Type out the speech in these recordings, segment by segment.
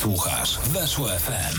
Słuchasz Weszło FM.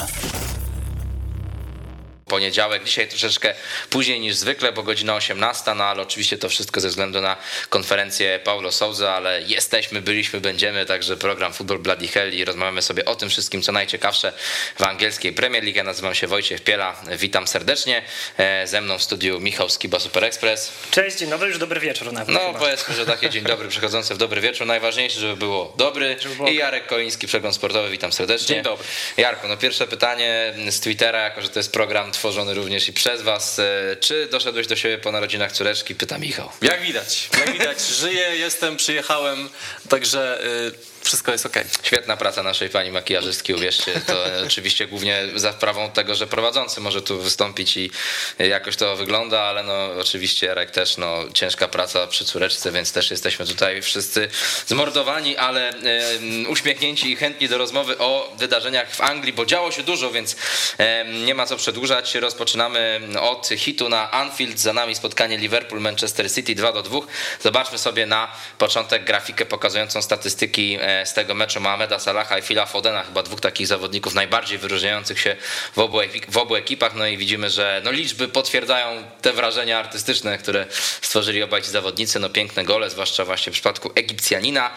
Poniedziałek, dzisiaj troszeczkę później niż zwykle, bo godzina 18, no ale oczywiście to wszystko ze względu na konferencję Paulo Sousa, ale jesteśmy, byliśmy, będziemy, także program Football Bloody Hell i rozmawiamy sobie o tym wszystkim, co najciekawsze w angielskiej Premier League. Ja nazywam się Wojciech Piela, witam serdecznie, ze mną w studiu Michał Skiba, Super Express. Cześć, dzień dobry, już dobry wieczór nawet. No chyba. powiedzmy, że takie dzień dobry przechodzące w dobry wieczór, najważniejsze, żeby było dobry. I Jarek Koliński, Przegląd Sportowy, witam serdecznie. Dzień dobry. Jarku, no pierwsze pytanie z Twittera, jako że to jest program tworzony również i przez was. Czy doszedłeś do siebie po narodzinach córeczki? Pyta Michał. Jak widać, żyję, jestem, przyjechałem, także wszystko jest okej. Świetna praca naszej pani makijażystki, uwierzcie, to oczywiście głównie za sprawą tego, że prowadzący może tu wystąpić i jakoś to wygląda, ale no oczywiście Jarek też, no ciężka praca przy córeczce, więc też jesteśmy tutaj wszyscy zmordowani, ale uśmiechnięci i chętni do rozmowy o wydarzeniach w Anglii, bo działo się dużo, więc nie ma co przedłużać. Rozpoczynamy od hitu na Anfield, za nami spotkanie Liverpool-Manchester City 2-2. Zobaczmy sobie na początek grafikę pokazującą statystyki z tego meczu Mohameda Salaha i Phila Fodena, chyba dwóch takich zawodników najbardziej wyróżniających się w obu ekipach, no i widzimy, że no liczby potwierdzają te wrażenia artystyczne, które stworzyli obaj ci zawodnicy, no piękne gole, zwłaszcza właśnie w przypadku Egipcjanina.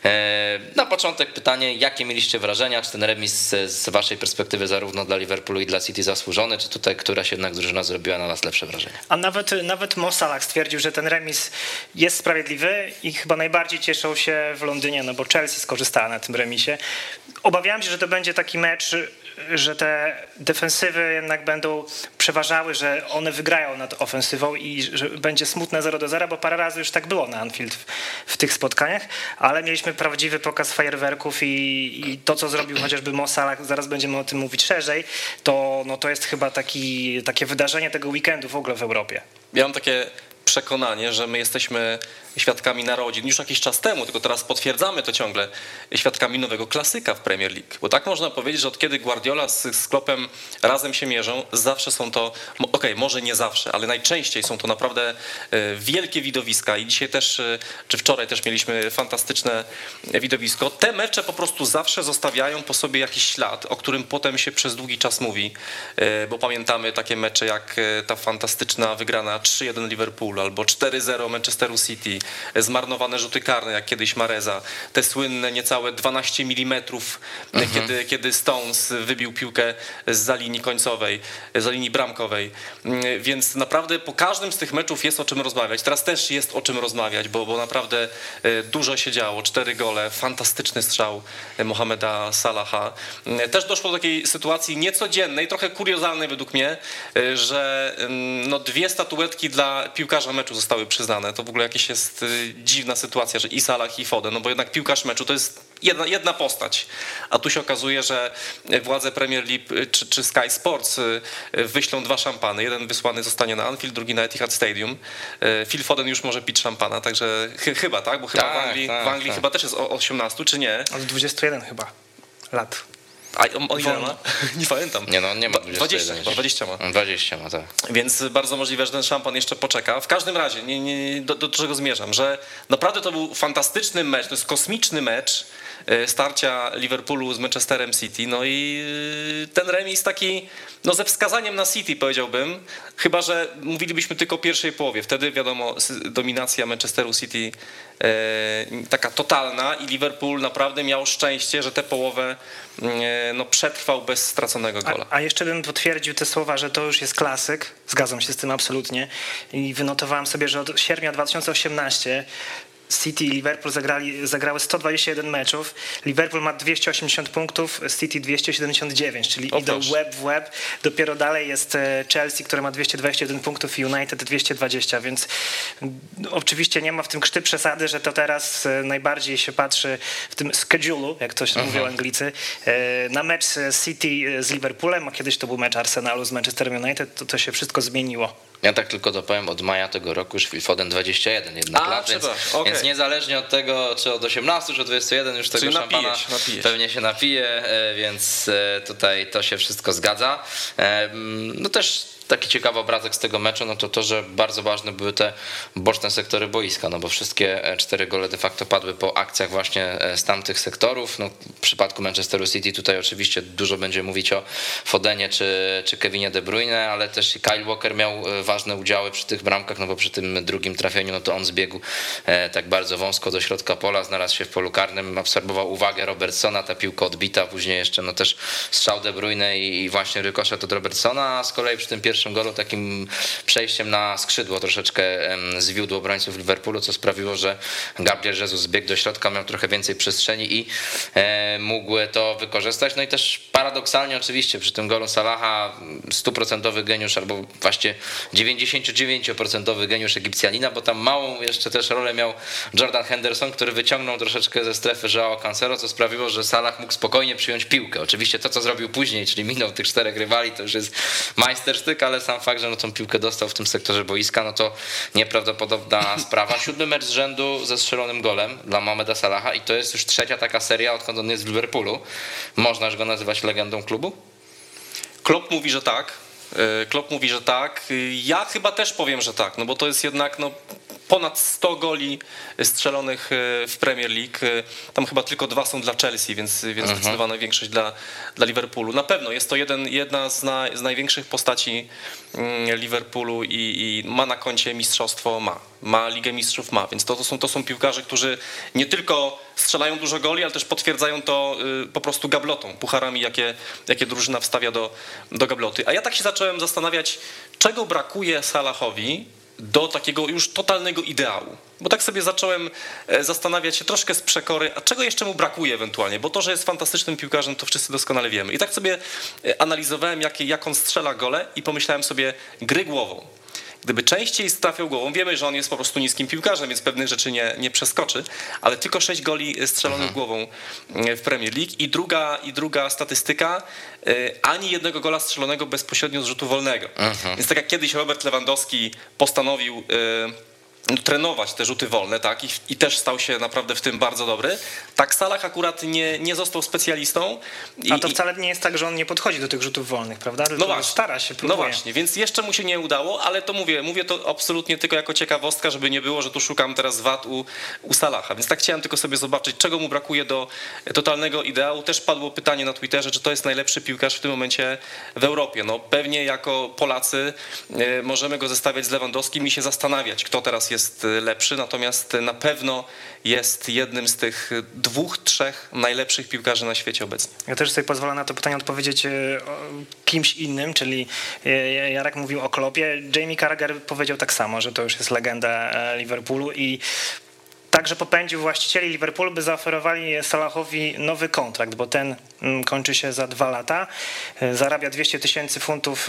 Na początek pytanie, jakie mieliście wrażenia, czy ten remis z waszej perspektywy zarówno dla Liverpoolu i dla City zasłużony, czy tutaj któraś jednak drużyna zrobiła na was lepsze wrażenie? A nawet Mo Salah stwierdził, że ten remis jest sprawiedliwy i chyba najbardziej cieszą się w Londynie, no bo Chelsea skorzystała na tym remisie. Obawiałem się, że to będzie taki mecz, że te defensywy jednak będą przeważały, że one wygrają nad ofensywą i że będzie smutne 0-0, bo parę razy już tak było na Anfield w tych spotkaniach, ale mieliśmy prawdziwy pokaz fajerwerków i to, co zrobił chociażby Mo Salah, zaraz będziemy o tym mówić szerzej, to jest chyba takie wydarzenie tego weekendu w ogóle w Europie. Ja mam takie przekonanie, że my jesteśmy świadkami narodzin już jakiś czas temu, tylko teraz potwierdzamy to ciągle, świadkami nowego klasyka w Premier League. Bo tak można powiedzieć, że od kiedy Guardiola z Kloppem razem się mierzą, zawsze są to, może nie zawsze, ale najczęściej są to naprawdę wielkie widowiska i dzisiaj też, czy wczoraj też mieliśmy fantastyczne widowisko. Te mecze po prostu zawsze zostawiają po sobie jakiś ślad, o którym potem się przez długi czas mówi, bo pamiętamy takie mecze jak ta fantastyczna wygrana 3-1 Liverpoolu albo 4-0 Manchesteru City, zmarnowane rzuty karne, jak kiedyś Mareza, te słynne niecałe 12 mm, kiedy Stones wybił piłkę zza linii końcowej, za linii bramkowej, więc naprawdę po każdym z tych meczów jest o czym rozmawiać. Teraz też jest o czym rozmawiać, bo naprawdę dużo się działo, 4 gole, fantastyczny strzał Mohameda Salaha. Też doszło do takiej sytuacji niecodziennej, trochę kuriozalnej według mnie, że 2 statuetki dla piłkarza meczu zostały przyznane. To w ogóle jakieś jest dziwna sytuacja, że i Salah i Foden, no bo jednak piłkarz meczu to jest jedna postać, a tu się okazuje, że władze Premier League czy Sky Sports wyślą 2 szampany, jeden wysłany zostanie na Anfield, drugi na Etihad Stadium. Phil Foden już może pić szampana, także chyba, tak? Bo chyba w Anglii chyba też jest o 18, czy nie? Od 21 chyba lat. A on ile ma? Nie pamiętam. Nie, no on nie ma 21. 20 ma. 20 ma, tak. Więc bardzo możliwe, że ten szampan jeszcze poczeka. W każdym razie, do czego zmierzam, że naprawdę to był fantastyczny mecz, to jest kosmiczny mecz starcia Liverpoolu z Manchesterem City, no i ten remis taki, ze wskazaniem na City powiedziałbym, chyba że mówilibyśmy tylko o pierwszej połowie, wtedy wiadomo dominacja Manchesteru City taka totalna i Liverpool naprawdę miał szczęście, że tę połowę przetrwał bez straconego gola. A jeszcze bym potwierdził te słowa, że to już jest klasyk, zgadzam się z tym absolutnie i wynotowałem sobie, że od sierpnia 2018 City i Liverpool zagrały 121 meczów. Liverpool ma 280 punktów, City 279, czyli idą łeb w łeb. Dopiero dalej jest Chelsea, która ma 221 punktów i United 220, więc oczywiście nie ma w tym krzty przesady, że to teraz najbardziej się patrzy w tym schedule'u, jak to się mówią Anglicy, na mecz City z Liverpoolem, a kiedyś to był mecz Arsenalu z Manchesterem United, to się wszystko zmieniło. Ja tak tylko dopowiem, od maja tego roku już Phil Foden 21 jednak lat, więc niezależnie od tego, czy od 18, czy od 21 już tego szampana pewnie się napije, więc tutaj to się wszystko zgadza. No też taki ciekawy obrazek z tego meczu, no to, że bardzo ważne były te boczne sektory boiska, no bo wszystkie 4 gole de facto padły po akcjach właśnie z tamtych sektorów. No, w przypadku Manchesteru City tutaj oczywiście dużo będzie mówić o Fodenie czy Kevinie De Bruyne, ale też Kyle Walker miał ważne udziały przy tych bramkach, no bo przy tym drugim trafieniu, no to on zbiegł tak bardzo wąsko do środka pola, znalazł się w polu karnym, absorbował uwagę Robertsona, ta piłka odbita, później jeszcze no też strzał De Bruyne i właśnie rykoszet od Robertsona, a z kolei przy tym pierwszym golu takim przejściem na skrzydło troszeczkę zwiódł obrońców Liverpoolu, co sprawiło, że Gabriel Jesus zbiegł do środka, miał trochę więcej przestrzeni i mógł to wykorzystać. No i też paradoksalnie oczywiście przy tym golu Salaha 100% geniusz, albo właśnie 99% geniusz Egipcjanina, bo tam małą jeszcze też rolę miał Jordan Henderson, który wyciągnął troszeczkę ze strefy João Cancelo, co sprawiło, że Salah mógł spokojnie przyjąć piłkę. Oczywiście to, co zrobił później, czyli minął tych 4 rywali, to już jest majstersztyk, ale sam fakt, że no tą piłkę dostał w tym sektorze boiska, no to nieprawdopodobna sprawa. 7 mecz z rzędu ze strzelonym golem dla Mohameda Salaha i to jest już 3. taka seria, odkąd on jest w Liverpoolu. Można go nazywać legendą klubu? Klopp mówi, że tak. Ja chyba też powiem, że tak, no bo to jest jednak ponad 100 goli strzelonych w Premier League. Tam chyba tylko 2 są dla Chelsea, więc zdecydowana większość dla Liverpoolu. Na pewno jest to jedna z największych postaci Liverpoolu i ma na koncie mistrzostwo, ma Ligę Mistrzów, więc to są piłkarze, którzy nie tylko strzelają dużo goli, ale też potwierdzają to po prostu gablotą, pucharami, jakie drużyna wstawia do gabloty. A ja tak się zacząłem zastanawiać, czego brakuje Salahowi do takiego już totalnego ideału. Bo tak sobie zacząłem zastanawiać się troszkę z przekory, a czego jeszcze mu brakuje ewentualnie, bo to, że jest fantastycznym piłkarzem, to wszyscy doskonale wiemy. I tak sobie analizowałem, jak on strzela gole i pomyślałem sobie, gry głową. Gdyby częściej trafiał głową, wiemy, że on jest po prostu niskim piłkarzem, więc pewnych rzeczy nie przeskoczy, ale tylko 6 goli strzelonych głową w Premier League i druga statystyka, ani jednego gola strzelonego bezpośrednio z rzutu wolnego. Więc tak jak kiedyś Robert Lewandowski postanowił trenować te rzuty wolne, tak, i też stał się naprawdę w tym bardzo dobry. Tak Salah akurat nie został specjalistą. A to wcale nie jest tak, że on nie podchodzi do tych rzutów wolnych, prawda? Tylko właśnie, stara się, próbuje. No właśnie, więc jeszcze mu się nie udało, ale to mówię to absolutnie tylko jako ciekawostka, żeby nie było, że tu szukam teraz wad u Salaha. Więc tak chciałem tylko sobie zobaczyć, czego mu brakuje do totalnego ideału. Też padło pytanie na Twitterze, czy to jest najlepszy piłkarz w tym momencie w Europie. No pewnie jako Polacy możemy go zestawiać z Lewandowskim i się zastanawiać, kto teraz jest lepszy, natomiast na pewno jest jednym z tych 2-3 najlepszych piłkarzy na świecie obecnie. Ja też sobie pozwolę na to pytanie odpowiedzieć kimś innym, czyli Jarek mówił o Kloppie. Jamie Carragher powiedział tak samo, że to już jest legenda Liverpoolu i także popędził właścicieli Liverpoolu, by zaoferowali Salahowi nowy kontrakt, bo ten kończy się za 2 lata. Zarabia 200 000 funtów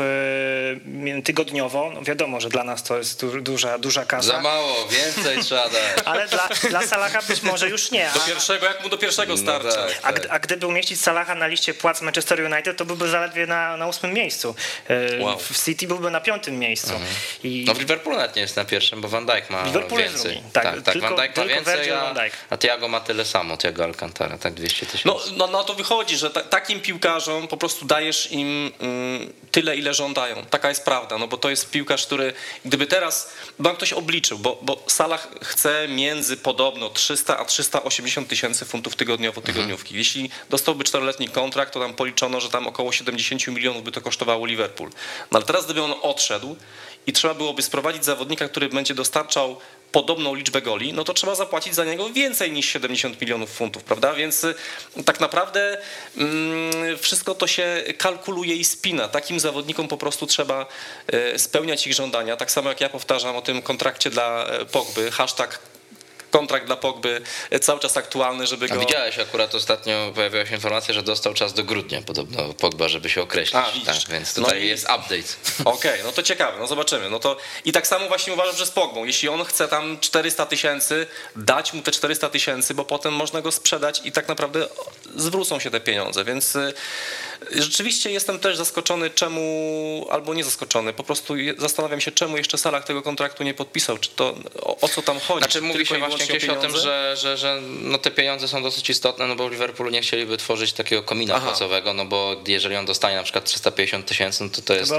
tygodniowo. No wiadomo, że dla nas to jest duża kasa. Za mało, więcej trzeba dać. Ale dla Salaha być może już nie. Jak mu do pierwszego starcza. No tak. A gdyby umieścić Salaha na liście płac Manchester United, to byłby zaledwie na 8. miejscu. Wow. W City byłby na 5. miejscu. No w Liverpoolu nawet nie jest na pierwszym, bo Van Dijk ma Liverpool więcej. jest drugi. Tak, Van Dijk ma więcej, Van Dijk. a Thiago ma tyle samo, Thiago Alcantara, tak 200 000. No to wychodzi, że takim piłkarzom po prostu dajesz im tyle, ile żądają. Taka jest prawda, no bo to jest piłkarz, który gdyby teraz, bo ktoś obliczył, bo Salah chce między podobno 300 a 380 000 funtów tygodniowo tygodniówki. Jeśli dostałby 4-letni kontrakt, to tam policzono, że tam około 70 milionów by to kosztowało Liverpool. No ale teraz gdyby on odszedł i trzeba byłoby sprowadzić zawodnika, który będzie dostarczał podobną liczbę goli, no to trzeba zapłacić za niego więcej niż 70 milionów funtów, prawda? Więc tak naprawdę wszystko to się kalkuluje i spina. Takim zawodnikom po prostu trzeba spełniać ich żądania. Tak samo jak ja powtarzam o tym kontrakcie dla Pogby, kontrakt dla Pogby cały czas aktualny, żeby go... A widziałeś, akurat ostatnio pojawiła się informacja, że dostał czas do grudnia podobno Pogba, żeby się określić. Tak, więc tutaj jest update. Okej, no to ciekawe, no zobaczymy. No to i tak samo właśnie uważam, że z Pogbą. Jeśli on chce tam 400 000, dać mu te 400 000, bo potem można go sprzedać i tak naprawdę zwrócą się te pieniądze, więc Rzeczywiście jestem też zaskoczony, czemu, albo nie zaskoczony, po prostu zastanawiam się, czemu jeszcze Salah tego kontraktu nie podpisał, czy to, o co tam chodzi? Znaczy mówi się właśnie gdzieś o tym, że no te pieniądze są dosyć istotne, no bo w Liverpoolu nie chcieliby tworzyć takiego komina płacowego, no bo jeżeli on dostanie na przykład 350 tysięcy, no to jest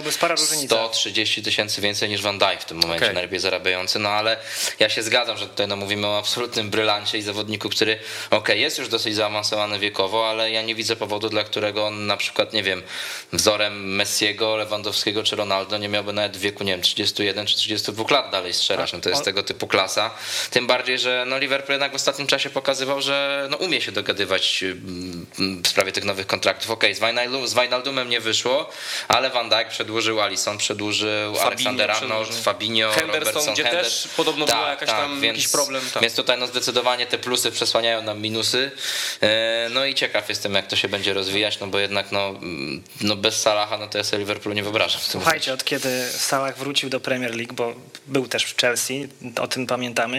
130 tysięcy więcej niż Van Dijk w tym momencie, najlepiej zarabiający, no ale ja się zgadzam, że tutaj no mówimy o absolutnym brylancie i zawodniku, który jest już dosyć zaawansowany wiekowo, ale ja nie widzę powodu, dla którego on na przykład, nie wiem, wzorem Messiego, Lewandowskiego czy Ronaldo nie miałby nawet w wieku, nie wiem, 31 czy 32 lat dalej strzelać, no to jest tego typu klasa, tym bardziej, że no Liverpool jednak w ostatnim czasie pokazywał, że no umie się dogadywać w sprawie tych nowych kontraktów. Z Wijnaldumem nie wyszło, ale Van Dijk przedłużył, Alisson przedłużył, Alexander-Arnold, Fabinho, Henderson, gdzie też podobno była jakaś tam jakiś problem. Więc tutaj no zdecydowanie te plusy przesłaniają nam minusy. No i ciekaw jestem, jak to się będzie rozwijać, no bo jednak no bez Salaha, no to ja sobie Liverpoolu nie wyobrażam. Słuchajcie, od kiedy Salah wrócił do Premier League, bo był też w Chelsea, o tym pamiętamy,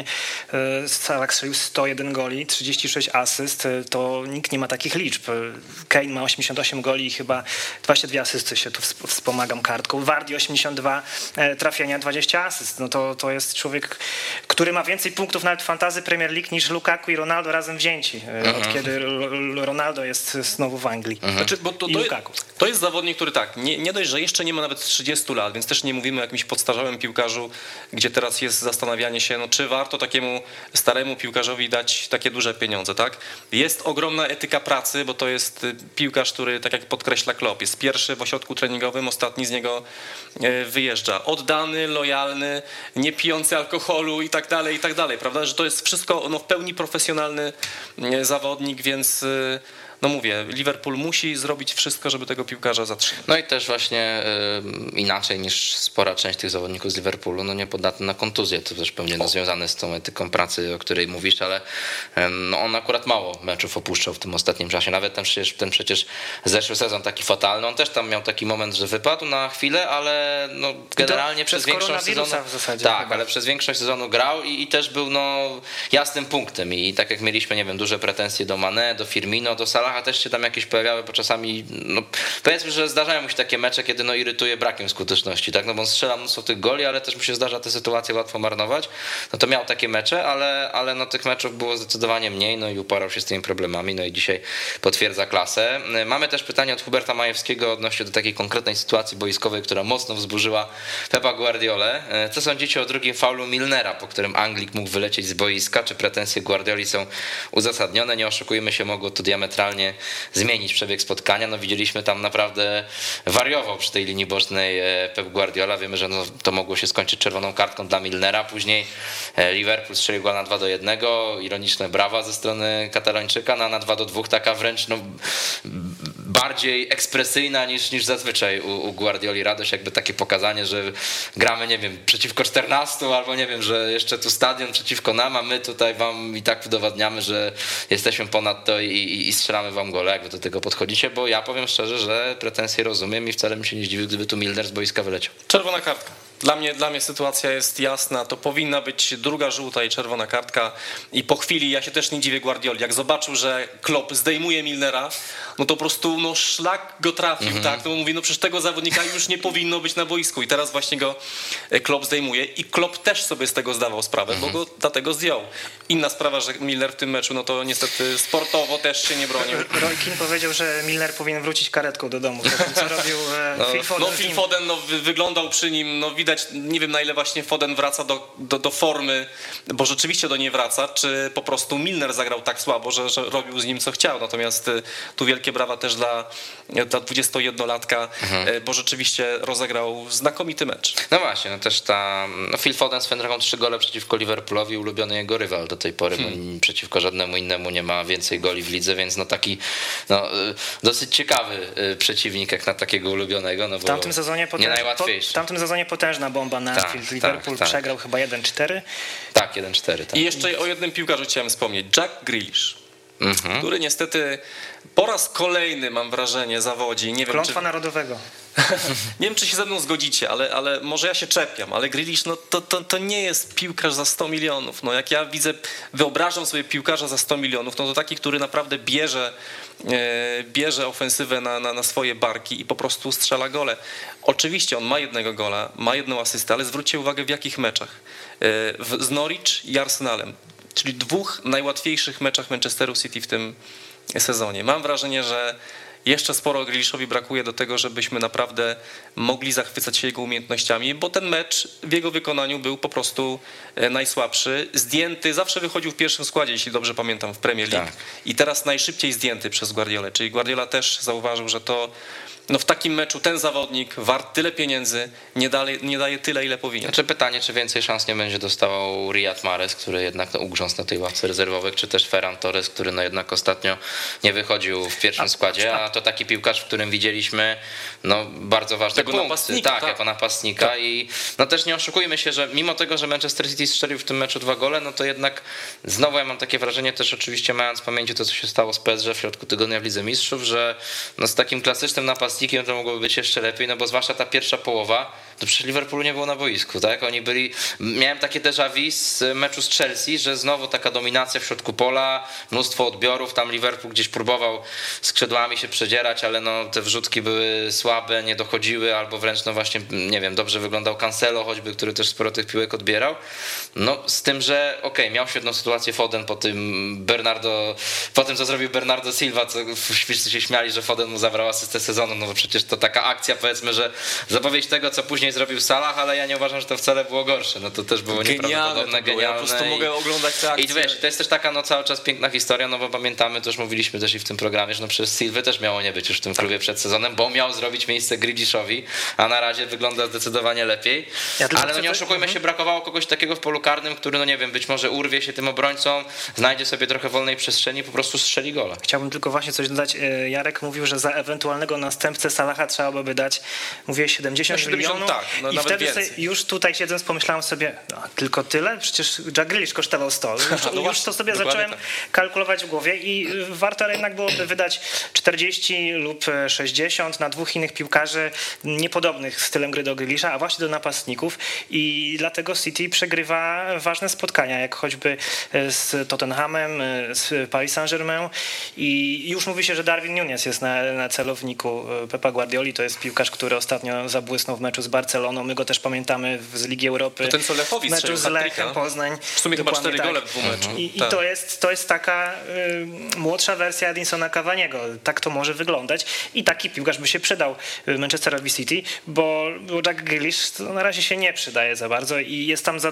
Salah strzelił 101 goli, 36 asyst, to nikt nie ma takich liczb. Kane ma 88 goli i chyba 22 asysty, się tu wspomagam kartką. Vardy 82 trafienia, 20 asyst. No to jest człowiek, który ma więcej punktów nawet w fantasy Premier League niż Lukaku i Ronaldo razem wzięci, od kiedy Ronaldo jest znowu w Anglii. Znaczy, bo to jest zawodnik, który nie dość, że jeszcze nie ma nawet 30 lat, więc też nie mówimy o jakimś podstarzałym piłkarzu, gdzie teraz jest zastanawianie się, no czy warto takiemu staremu piłkarzowi dać takie duże pieniądze, tak? Jest ogromna etyka pracy, bo to jest piłkarz, który, tak jak podkreśla Klopp, jest pierwszy w ośrodku treningowym, ostatni z niego wyjeżdża. Oddany, lojalny, nie pijący alkoholu i tak dalej, prawda? Że to jest wszystko w pełni profesjonalny zawodnik, więc no mówię, Liverpool musi zrobić wszystko, żeby tego piłkarza zatrzymać. No i też właśnie inaczej niż spora część tych zawodników z Liverpoolu, no niepodatny na kontuzję, to też pewnie związane z tą etyką pracy, o której mówisz, ale no on akurat mało meczów opuszczał w tym ostatnim czasie, nawet ten przecież zeszły sezon taki fatalny, on też tam miał taki moment, że wypadł na chwilę, ale no generalnie przez większość sezonu w zasadzie, tak, ale przez większość sezonu grał i też był no jasnym punktem i tak jak mieliśmy, nie wiem, duże pretensje do Mané, do Firmino, do Salaha też się tam jakieś pojawiały, bo czasami, no powiedzmy, że zdarzają mu się takie mecze, kiedy no irytuje brakiem skuteczności, tak, no bo on strzela mnóstwo tych goli, ale też mu się zdarza te sytuacje łatwo marnować, no to miał takie mecze, ale no tych meczów było zdecydowanie mniej, no i uporał się z tymi problemami, no i dzisiaj potwierdza klasę. Mamy też pytanie od Huberta Majewskiego odnośnie do takiej konkretnej sytuacji boiskowej, która mocno wzburzyła Pepa Guardiolę. Co sądzicie o drugim faulu Milnera, po którym Anglik mógł wylecieć z boiska? Czy pretensje Guardioli są uzasadnione? Nie oszukujmy się, mogło to diametralnie zmienić przebieg spotkania. No widzieliśmy tam naprawdę wariował przy tej linii bocznej Pep Guardiola. Wiemy, że no, to mogło się skończyć czerwoną kartką dla Milnera. Później Liverpool strzelił go na 2-1. Ironiczne brawa ze strony Katalończyka. Na 2-2 taka wręcz no, bardziej ekspresyjna niż zazwyczaj u Guardioli radość. Jakby takie pokazanie, że gramy, nie wiem, przeciwko 14 albo nie wiem, że jeszcze tu stadion przeciwko nam, a my tutaj wam i tak udowadniamy, że jesteśmy ponad to i strzelamy wam gole, jak wy do tego podchodzicie, bo ja powiem szczerze, że pretensje rozumiem i wcale bym się nie zdziwił, gdyby tu Milner z boiska wyleciał. Czerwona kartka. Dla mnie sytuacja jest jasna, to powinna być druga żółta i czerwona kartka i po chwili ja się też nie dziwię Guardioli, jak zobaczył, że Klopp zdejmuje Milnera, no to po prostu no szlak go trafił, tak, no mówi, no przecież tego zawodnika już nie powinno być na boisku i teraz właśnie go Klopp zdejmuje i Klopp też sobie z tego zdawał sprawę, bo go dlatego zdjął. Inna sprawa, że Milner w tym meczu, no to niestety sportowo też się nie bronił. Roy Keane powiedział, że Milner powinien wrócić karetką do domu, co robił Phil Foden. No Phil Foden wyglądał przy nim, no widać, nie wiem na ile właśnie Foden wraca do formy, bo rzeczywiście do niej wraca, czy po prostu Milner zagrał tak słabo, że robił z nim co chciał, natomiast tu wielkie brawa też dla 21-latka, bo rzeczywiście rozegrał znakomity mecz. No właśnie, no też Phil Foden swoją drogą 3 gole przeciwko Liverpoolowi, ulubiony jego rywal do tej pory, bo przeciwko żadnemu innemu nie ma więcej goli w lidze, więc no taki dosyć ciekawy przeciwnik jak na takiego ulubionego, no bo nie najłatwiejszy. W tamtym sezonie potężna bomba na Anfield. Liverpool przegrał chyba 1-4. Tak, 1-4. Tak. I jeszcze o jednym piłkarzu chciałem wspomnieć. Jack Grealish. który niestety po raz kolejny, mam wrażenie, zawodzi. Nie wiem, Klątwa narodowego. Nie wiem, czy się ze mną zgodzicie, ale może ja się czepiam, ale Grealish, no to nie jest piłkarz za 100 milionów. No jak ja wyobrażam sobie piłkarza za 100 milionów, no to taki, który naprawdę bierze ofensywę na swoje barki i po prostu strzela gole. Oczywiście on ma jednego gola, ma jedną asystę, ale zwróćcie uwagę w jakich meczach. Z Norwich i Arsenalem, czyli 2 najłatwiejszych meczach Manchesteru City w tym sezonie. Mam wrażenie, że jeszcze sporo Grealishowi brakuje do tego, żebyśmy naprawdę mogli zachwycać się jego umiejętnościami, bo ten mecz w jego wykonaniu był po prostu najsłabszy. Zdjęty, zawsze wychodził w pierwszym składzie, jeśli dobrze pamiętam, w Premier League. Tak. I teraz najszybciej zdjęty przez Guardiolę. Czyli Guardiola też zauważył, że to w takim meczu ten zawodnik wart tyle pieniędzy nie daje tyle, ile powinien. Znaczy pytanie, czy więcej szans nie będzie dostawał Riyad Mahrez, który jednak ugrząsł na tej ławce rezerwowych, czy też Ferran Torres, który jednak ostatnio nie wychodził w pierwszym składzie, a to taki piłkarz, w którym widzieliśmy bardzo ważne punkty, tak, jako napastnika. Tak. I też nie oszukujmy się, że mimo tego, że Manchester City strzelił w tym meczu 2 gole, to jednak znowu ja mam takie wrażenie, też oczywiście mając w pamięci to, co się stało z PSG w środku tygodnia w Lidze Mistrzów, że z takim klasycznym napastnikiem to mogłoby być jeszcze lepiej, bo zwłaszcza ta pierwsza połowa, to przecież Liverpoolu nie było na boisku, tak? Miałem takie déjà vu z meczu z Chelsea, że znowu taka dominacja w środku pola, mnóstwo odbiorów, tam Liverpool gdzieś próbował skrzydłami się przedzierać, ale te wrzutki były słabe, nie dochodziły, albo wręcz właśnie, nie wiem, dobrze wyglądał Cancelo choćby, który też sporo tych piłek odbierał. Z tym, że miał świetną sytuację Foden po tym co zrobił Bernardo Silva, co wszyscy się śmiali, że Foden mu zabrał asystę sezonu, bo przecież to taka akcja, powiedzmy, że zapowiedź tego, co później zrobił Salah, ale ja nie uważam, że to wcale było gorsze. To też było nieprawdopodobne, genialne. Ja po prostu mogę oglądać te akcje. I wiesz, to jest też taka cały czas piękna historia, bo pamiętamy, to już mówiliśmy też i w tym programie, że przecież Silva też miało nie być już w tym klubie przed sezonem, bo miał zrobić miejsce Grealishowi, a na razie wygląda zdecydowanie lepiej. Ale nie oszukujmy się, brakowało kogoś takiego w polu karnym, który, nie wiem, być może urwie się tym obrońcą, znajdzie sobie trochę wolnej przestrzeni i po prostu strzeli gola. Chciałbym tylko właśnie coś dodać. Jarek mówił, że za ewentualnego następcę Salaha trzeba by dać, mówię, 70 milionów. Tak, i wtedy już tutaj siedząc pomyślałem sobie, tylko tyle? Przecież Jack Grealish kosztował 100. Już to sobie zacząłem kalkulować w głowie i warto jednak byłoby wydać 40 lub 60 na 2 innych piłkarzy niepodobnych stylem gry do Grealisha, a właśnie do napastników, i dlatego City przegrywa ważne spotkania, jak choćby z Tottenhamem, z Paris Saint-Germain, i już mówi się, że Darwin Núñez jest na celowniku Pepa Guardioli. To jest piłkarz, który ostatnio zabłysnął w meczu z Barceloną. My go też pamiętamy z Ligi Europy. To ten, co Lechowi w meczu z Lechem Poznań. W sumie chyba 4 gole w 2 meczach. I to jest taka młodsza wersja Edinsona Cavaniego. Tak to może wyglądać. I taki piłkarz by się przydał Manchesterowi City, bo Jack Grealish na razie się nie przydaje za bardzo i jest tam za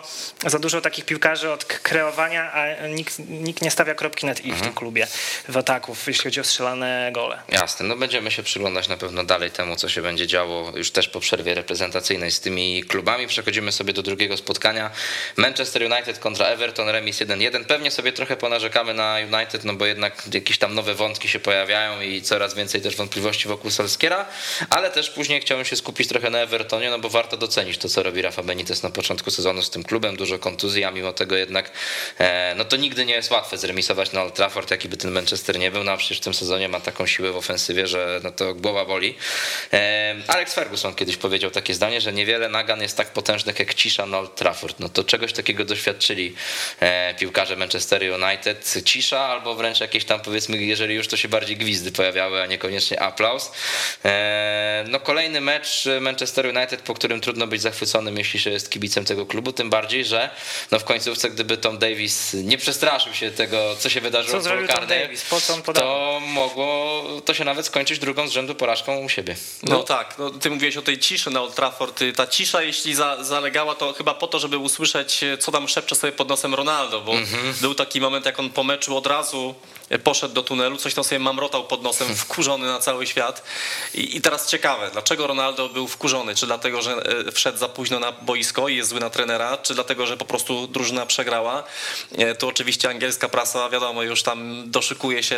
dużo takich piłkarzy od kreowania, a nikt nie stawia kropki nad i w tym klubie w ataków, jeśli chodzi o strzelane gole. Jasne, będziemy się przyglądać na pewno dalej temu, co się będzie działo już też po przerwie reprezentacyjnej z tymi klubami. Przechodzimy sobie do drugiego spotkania. Manchester United kontra Everton, remis 1-1. Pewnie sobie trochę ponarzekamy na United, bo jednak jakieś tam nowe wątki się pojawiają i coraz więcej też wątpliwości wokół Solskiera, ale też później chciałem się skupić trochę na Evertonie, bo warto docenić to, co robi Rafa Benitez na początku sezonu z tym klubem. Dużo kontuzji, a mimo tego jednak to nigdy nie jest łatwe zremisować na Old Trafford, jaki by ten Manchester nie był, a przecież w tym sezonie ma taką siłę w ofensywie, że to głowa boli. Alex Ferguson kiedyś powiedział takie zdanie, że niewiele nagan jest tak potężnych jak cisza na Old Trafford. To czegoś takiego doświadczyli piłkarze Manchester United. Cisza albo wręcz jakieś tam, powiedzmy, jeżeli już, to się bardziej gwizdy pojawiały, a niekoniecznie aplauz. Kolejny mecz Manchester United, po którym trudno być zachwyconym, jeśli się jest kibicem tego klubu, tym bardziej, że w końcówce, gdyby Tom Davies nie przestraszył się tego, co się wydarzyło w polu karnym, to mogło to się nawet skończyć drugą z rzędu porażką u siebie. Tak, ty mówiłeś o tej ciszy na Old Trafford. Ta cisza, jeśli zalegała, to chyba po to, żeby usłyszeć, co tam szepcze sobie pod nosem Ronaldo, bo był taki moment, jak on po meczu od razu poszedł do tunelu, coś tam sobie mamrotał pod nosem, wkurzony na cały świat. I teraz ciekawe, dlaczego Ronaldo był wkurzony? Czy dlatego, że wszedł za późno na boisko i jest zły na trenera, czy dlatego, że po prostu drużyna przegrała? To oczywiście angielska prasa, wiadomo, już tam doszykuje się,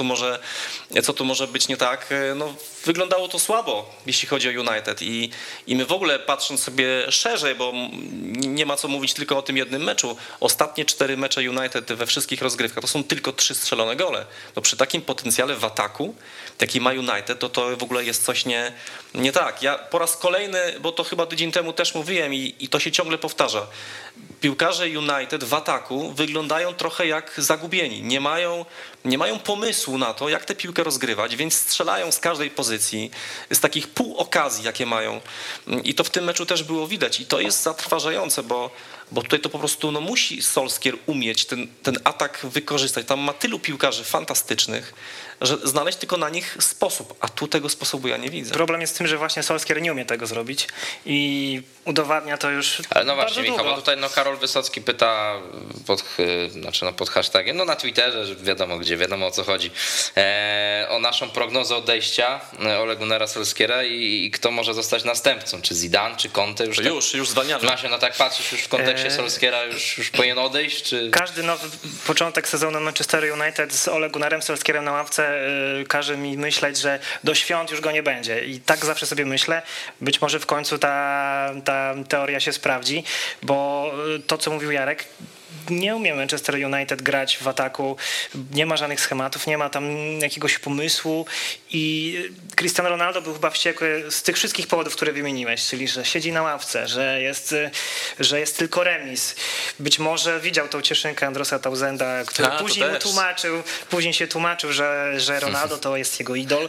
co tu może być nie tak. Wyglądało to słabo, jeśli chodzi o United. I my w ogóle, patrząc sobie szerzej, bo nie ma co mówić tylko o tym jednym meczu, ostatnie 4 mecze United we wszystkich rozgrywkach to są tylko 3 strzelone strzelone gole. No przy takim potencjale w ataku, jaki ma United, to w ogóle jest coś nie tak. Ja po raz kolejny, bo to chyba tydzień temu też mówiłem i to się ciągle powtarza. Piłkarze United w ataku wyglądają trochę jak zagubieni. Nie mają pomysłu na to, jak tę piłkę rozgrywać, więc strzelają z każdej pozycji, z takich pół okazji, jakie mają. I to w tym meczu też było widać. I to jest zatrważające, bo tutaj to po prostu musi Solskjaer umieć ten atak wykorzystać. Tam ma tylu piłkarzy fantastycznych, że znaleźć tylko na nich sposób, a tu tego sposobu ja nie widzę. Problem jest w tym, że właśnie Solskjaer nie umie tego zrobić i udowadnia to już Ale no bardzo właśnie, długo. Michał, bo tutaj Karol Wysocki pyta pod hashtagiem, na Twitterze, że wiadomo gdzie, wiadomo o co chodzi, o naszą prognozę odejścia Ole Gunnara Solskjaera i kto może zostać następcą, czy Zidane, czy Conte. Już zwalniamy. Masz tak patrzysz już w kontekście Solskjaera, już powinien odejść, czy... Każdy nowy początek sezonu Manchester United z Ole Gunnarem Solskjaerem na ławce każe mi myśleć, że do świąt już go nie będzie. I tak zawsze sobie myślę. Być może w końcu ta teoria się sprawdzi, bo to, co mówił Jarek, nie umie Manchester United grać w ataku, nie ma żadnych schematów, nie ma tam jakiegoś pomysłu i Cristiano Ronaldo był chyba wściekły z tych wszystkich powodów, które wymieniłeś, czyli że siedzi na ławce, że jest tylko remis. Być może widział tą cieszynkę Androsa Tausenda, który później się tłumaczył, że Ronaldo to jest jego idol.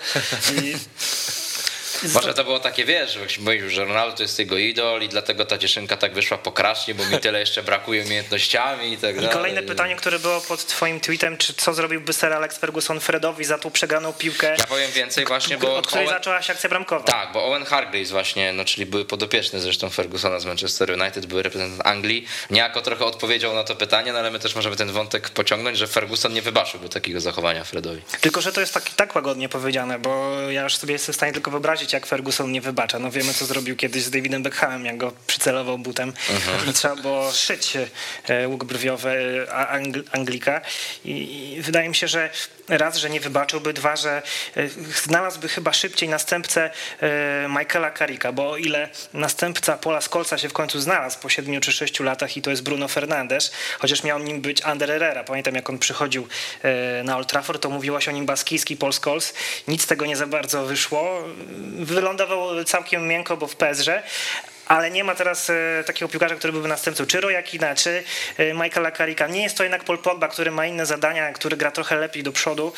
Może to było takie, wiesz, mówił, że Ronaldo to jest jego idol i dlatego ta cieszynka tak wyszła pokracznie, bo mi tyle jeszcze brakuje umiejętnościami i tak dalej. I kolejne pytanie, które było pod twoim tweetem, czy co zrobiłby Sir Alex Ferguson Fredowi za tą przegraną piłkę? Ja powiem więcej właśnie, bo... Od której zaczęła się akcja bramkowa. Tak, bo Owen Hargreaves właśnie, czyli były podopieczny zresztą Fergusona z Manchester United, były reprezentant Anglii, niejako trochę odpowiedział na to pytanie, ale my też możemy ten wątek pociągnąć, że Ferguson nie wybaczyłby takiego zachowania Fredowi. Tylko że to jest tak łagodnie powiedziane, bo ja już sobie jestem w stanie tylko wyobrazić, jak Ferguson nie wybacza. No wiemy, co zrobił kiedyś z Davidem Beckhamem, jak go przycelował butem i trzeba było szyć łuk brwiowy Anglika. I wydaje mi się, że raz, że nie wybaczyłby, dwa, że znalazłby chyba szybciej następcę Michaela Carricka, bo o ile następca Paula Scholesa się w końcu znalazł po 7 czy 6 latach i to jest Bruno Fernandes, chociaż miał nim być Ander Herrera. Pamiętam, jak on przychodził na Old Trafford, to mówiło się o nim baskijski Paul Scholes. Nic z tego nie za bardzo wyszło. Wylądował całkiem miękko, bo w PSG, ale nie ma teraz takiego piłkarza, który byłby następcą czy Roya Keane'a, czy Michaela Carricka. Nie jest to jednak Paul Pogba, który ma inne zadania, który gra trochę lepiej do przodu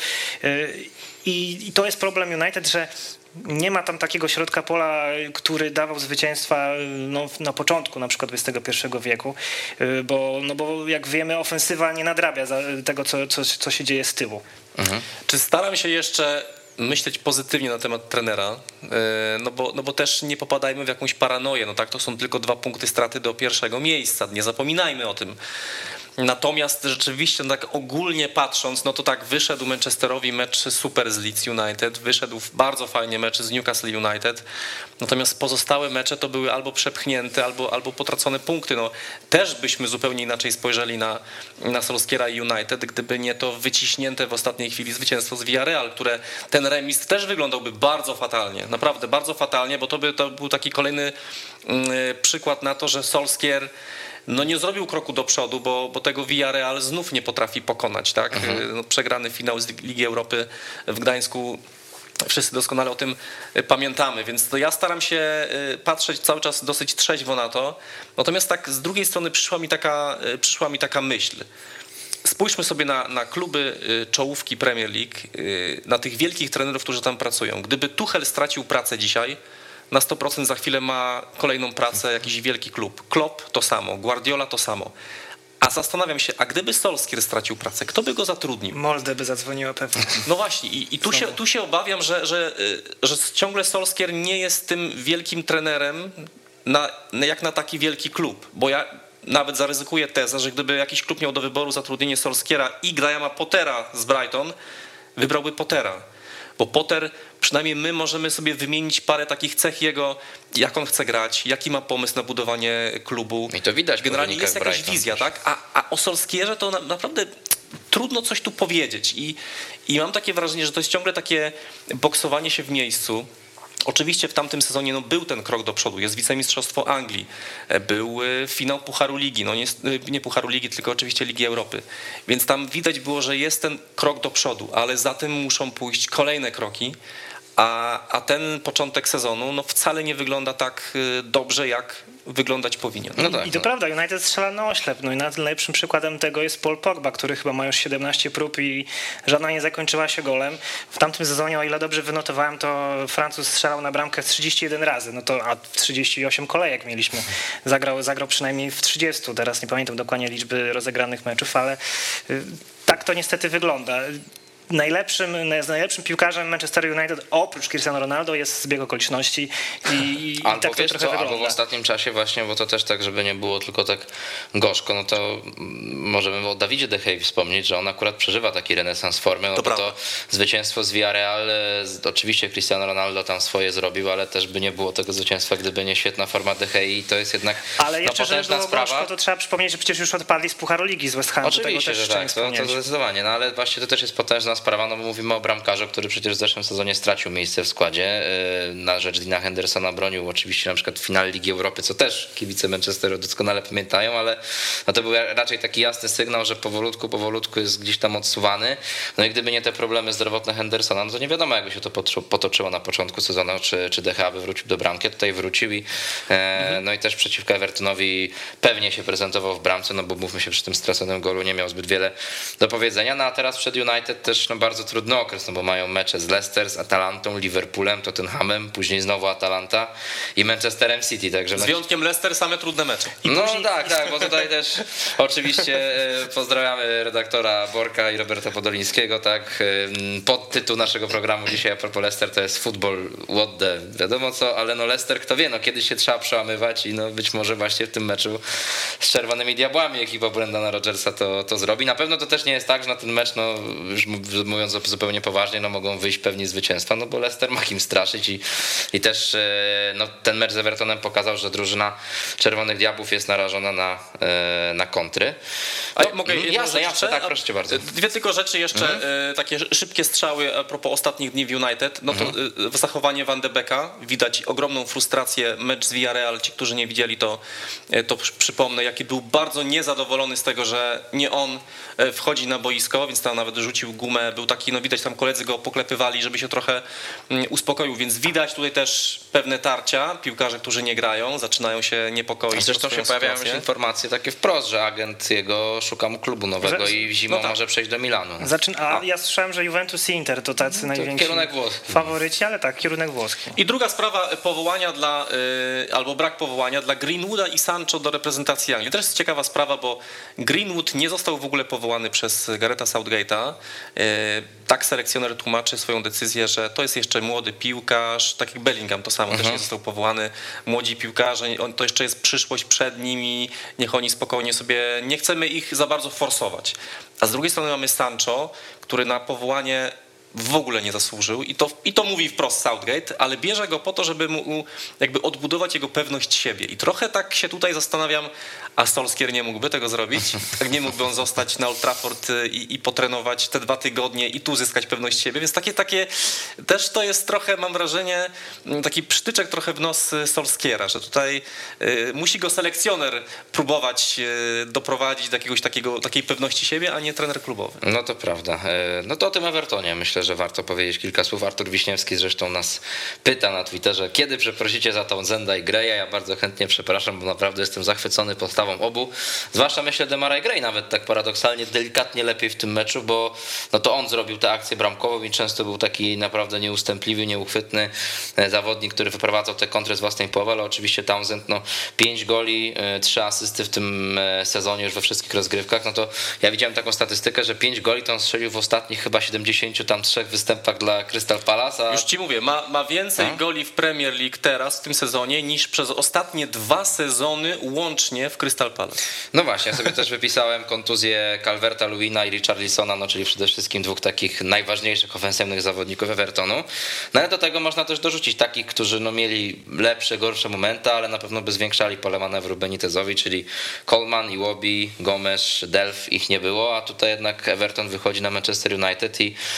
i to jest problem United, że nie ma tam takiego środka pola, który dawał zwycięstwa na początku na przykład XXI wieku, bo jak wiemy ofensywa nie nadrabia tego, co się dzieje z tyłu. Czy staram się jeszcze myśleć pozytywnie na temat trenera, no bo też nie popadajmy w jakąś paranoję, no tak, to są tylko 2 punkty straty do pierwszego miejsca, nie zapominajmy o tym. Natomiast rzeczywiście tak ogólnie patrząc, no to tak wyszedł Manchesterowi mecz super z Leeds United, wyszedł bardzo fajnie mecz z Newcastle United, natomiast pozostałe mecze to były albo przepchnięte, albo potracone punkty. No, też byśmy zupełnie inaczej spojrzeli na Solskjaera i United, gdyby nie to wyciśnięte w ostatniej chwili zwycięstwo z Villarreal, które ten remis też wyglądałby bardzo fatalnie, naprawdę bardzo fatalnie, bo to był taki kolejny przykład na to, że Solskjaer nie zrobił kroku do przodu, bo tego Villarreal znów nie potrafi pokonać, tak? Przegrany finał z Ligi Europy w Gdańsku, wszyscy doskonale o tym pamiętamy, więc to ja staram się patrzeć cały czas dosyć trzeźwo na to, natomiast tak z drugiej strony przyszła mi taka myśl. Spójrzmy sobie na kluby czołówki Premier League, na tych wielkich trenerów, którzy tam pracują. Gdyby Tuchel stracił pracę dzisiaj, na 100% za chwilę ma kolejną pracę jakiś wielki klub. Klopp to samo, Guardiola to samo. A zastanawiam się, a gdyby Solskjaer stracił pracę, kto by go zatrudnił? Molde by zadzwoniła pewnie. No właśnie i tu się obawiam, że ciągle Solskjaer nie jest tym wielkim trenerem jak na taki wielki klub, bo ja nawet zaryzykuję tezę, że gdyby jakiś klub miał do wyboru zatrudnienie Solskjaera i Grahama Pottera z Brighton, wybrałby Pottera. Bo Potter, przynajmniej my możemy sobie wymienić parę takich cech jego, jak on chce grać, jaki ma pomysł na budowanie klubu. I to widać. Generalnie jest jakaś wizja, tak? A o Solskjaerze to naprawdę trudno coś tu powiedzieć. I mam takie wrażenie, że to jest ciągle takie boksowanie się w miejscu. Oczywiście w tamtym sezonie był ten krok do przodu, jest wicemistrzostwo Anglii, był finał Pucharu Ligi, nie Pucharu Ligi, tylko oczywiście Ligi Europy, więc tam widać było, że jest ten krok do przodu, ale za tym muszą pójść kolejne kroki, a ten początek sezonu wcale nie wygląda tak dobrze, jak wyglądać powinien. I to prawda, United strzela na oślep. I najlepszym przykładem tego jest Paul Pogba, który chyba ma już 17 prób i żadna nie zakończyła się golem. W tamtym sezonie, o ile dobrze wynotowałem, to Francuz strzelał na bramkę 31 razy, a 38 kolejek mieliśmy. Zagrał przynajmniej w 30, teraz nie pamiętam dokładnie liczby rozegranych meczów, ale tak to niestety wygląda. Najlepszym piłkarzem Manchester United oprócz Cristiano Ronaldo jest zbieg okoliczności i albo tak to trochę wygląda. Albo w ostatnim czasie właśnie, bo to też tak, żeby nie było tylko tak gorzko, to możemy o Davidzie De Gea wspomnieć, że on akurat przeżywa taki renesans formy, to zwycięstwo z Villarreal, oczywiście Cristiano Ronaldo tam swoje zrobił, ale też by nie było tego zwycięstwa, gdyby nie świetna forma De Gea i to jest jednak ale jeszcze, żeby było sprawa. Gorzko, to trzeba przypomnieć, że przecież już odpadli z Pucharu Ligi z West Hamu. Oczywiście, że tak, to zdecydowanie, ale właśnie to też jest potężna sprawa, bo mówimy o bramkarzu, który przecież w zeszłym sezonie stracił miejsce w składzie na rzecz Deana Hendersona, bronił oczywiście na przykład w finale Ligi Europy, co też kibice Manchesteru doskonale pamiętają, ale to był raczej taki jasny sygnał, że powolutku jest gdzieś tam odsuwany. I gdyby nie te problemy zdrowotne Hendersona, to nie wiadomo, jakby się to potoczyło na początku sezonu, czy De Gea by wrócił do bramki. Tutaj wrócił i też przeciwko Evertonowi pewnie się prezentował w bramce, bo mówmy się, przy tym straconym golu nie miał zbyt wiele do powiedzenia. A teraz przed United też bardzo trudny okres, bo mają mecze z Leicester, z Atalantą, Liverpoolem, Tottenhamem, później znowu Atalanta i Manchesterem City. Także z wyjątkiem Leicester same trudne mecze. Tak, bo tutaj też oczywiście pozdrawiamy redaktora Borka i Roberta Podolińskiego, tak. Podtytuł naszego programu dzisiaj a propos Leicester to jest futbol what the wiadomo co, ale Leicester kto wie, kiedyś się trzeba przełamywać i być może właśnie w tym meczu z Czerwonymi Diabłami ekipa Brendana Rodgersa to zrobi. Na pewno to też nie jest tak, że na ten mecz, już mówiąc zupełnie poważnie, mogą wyjść pewni zwycięstwa, bo Leicester ma kim straszyć i też ten mecz z Evertonem pokazał, że drużyna Czerwonych Diabłów jest narażona na kontry. Mogę jasne, tak, proszę cię bardzo. Dwie tylko rzeczy jeszcze, takie szybkie strzały a propos ostatnich dni w United, to zachowanie Van de Beeka, widać ogromną frustrację, mecz z Villarreal, ci, którzy nie widzieli to przypomnę, jaki był bardzo niezadowolony z tego, że nie on wchodzi na boisko, więc tam nawet rzucił gumę, był taki, widać tam koledzy go poklepywali, żeby się trochę uspokoił, więc widać tutaj też pewne tarcia, piłkarze, którzy nie grają, zaczynają się niepokoić. Zresztą się pojawiają już informacje takie wprost, że agent jego szuka mu klubu nowego i zimą może przejść do Milanu. Ja słyszałem, że Juventus i Inter to tacy najwięksi faworyci, ale tak, kierunek włoski. I druga sprawa, powołania albo brak powołania dla Greenwooda i Sancho do reprezentacji Anglii. To jest ciekawa sprawa, bo Greenwood nie został w ogóle powołany przez Garetha Southgate'a. Tak selekcjoner tłumaczy swoją decyzję, że to jest jeszcze młody piłkarz, tak jak Bellingham to samo, też nie został powołany. Młodzi piłkarze, to jeszcze jest przyszłość przed nimi, niech oni spokojnie sobie, nie chcemy ich za bardzo forsować. A z drugiej strony mamy Sancho, który na powołanie w ogóle nie zasłużył i to mówi wprost Southgate, ale bierze go po to, żeby mu jakby odbudować jego pewność siebie. I trochę tak się tutaj zastanawiam, a Solskjaer nie mógłby tego zrobić? Tak nie mógłby on zostać na Old Trafford i potrenować te 2 tygodnie i tu zyskać pewność siebie, więc takie też to jest trochę, mam wrażenie, taki przytyczek trochę w nos Solskjaera, że tutaj musi go selekcjoner próbować doprowadzić do jakiegoś takiej pewności siebie, a nie trener klubowy. No to prawda. To o tym Evertonie myślę, że warto powiedzieć kilka słów. Artur Wiśniewski zresztą nas pyta na Twitterze, kiedy przeprosicie za Townsenda i Greya. Ja bardzo chętnie przepraszam, bo naprawdę jestem zachwycony postawą obu. Zwłaszcza myślę Demara i Gray nawet tak paradoksalnie delikatnie lepiej w tym meczu, bo to on zrobił tę akcję bramkową i często był taki naprawdę nieustępliwy, nieuchwytny zawodnik, który wyprowadzał te kontry z własnej połowy, ale oczywiście Townsend 5 goli, 3 asysty w tym sezonie już we wszystkich rozgrywkach. To ja widziałem taką statystykę, że 5 goli to on strzelił w ostatnich chyba 73 występach dla Crystal Palace. Już ci mówię, ma więcej goli w Premier League teraz w tym sezonie niż przez ostatnie 2 sezony łącznie w Crystal Palace. No właśnie, ja sobie też wypisałem kontuzję Calverta-Lewina i Richarlisona, czyli przede wszystkim 2 takich najważniejszych ofensywnych zawodników Evertonu. Ale do tego można też dorzucić takich, którzy mieli lepsze, gorsze momenty, ale na pewno by zwiększali pole manewru Benitezowi, czyli Coleman, Iwobi, Gomes, Delph, ich nie było, a tutaj jednak Everton wychodzi na Manchester United i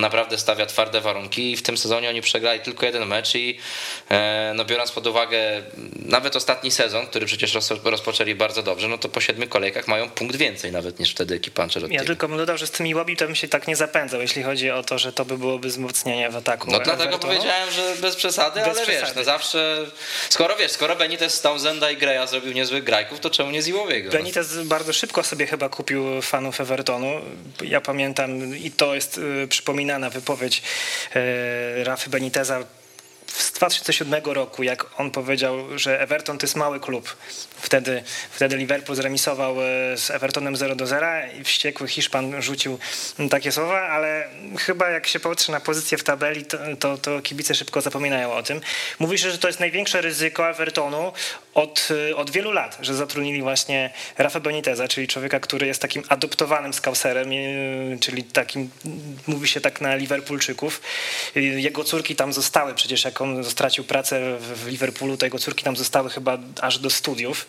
naprawdę stawia twarde warunki i w tym sezonie oni przegrali tylko jeden mecz i no biorąc pod uwagę nawet ostatni sezon, który przecież rozpoczęli bardzo dobrze, no to po 7 kolejkach mają punkt więcej nawet niż wtedy ekipa Ancelottiego. Ja tylko bym dodał, że z tymi Iwobi to bym się tak nie zapędzał, jeśli chodzi o to, że to byłoby wzmocnienie w ataku. No dlatego powiedziałem, że bez przesady, ale przesady. Wiesz, no zawsze, skoro Benitez z Townsenda i Greya zrobił niezłych grajków, to czemu nie z Iwobiego? Benitez bardzo szybko sobie chyba kupił fanów Evertonu. Ja pamiętam i to jest przypominana wypowiedź Rafy Beniteza z 2007 roku, jak on powiedział, że Everton to jest mały klub. Wtedy Liverpool zremisował z Evertonem 0-0 i wściekły Hiszpan rzucił takie słowa, ale chyba jak się patrzy na pozycję w tabeli, to kibice szybko zapominają o tym. Mówi się, że to jest największe ryzyko Evertonu od wielu lat, że zatrudnili właśnie Rafa Beniteza, czyli człowieka, który jest takim adoptowanym skauserem, czyli takim, mówi się tak na Liverpoolczyków. Jego córki tam zostały, przecież jak on stracił pracę w Liverpoolu, to jego córki tam zostały chyba aż do studiów.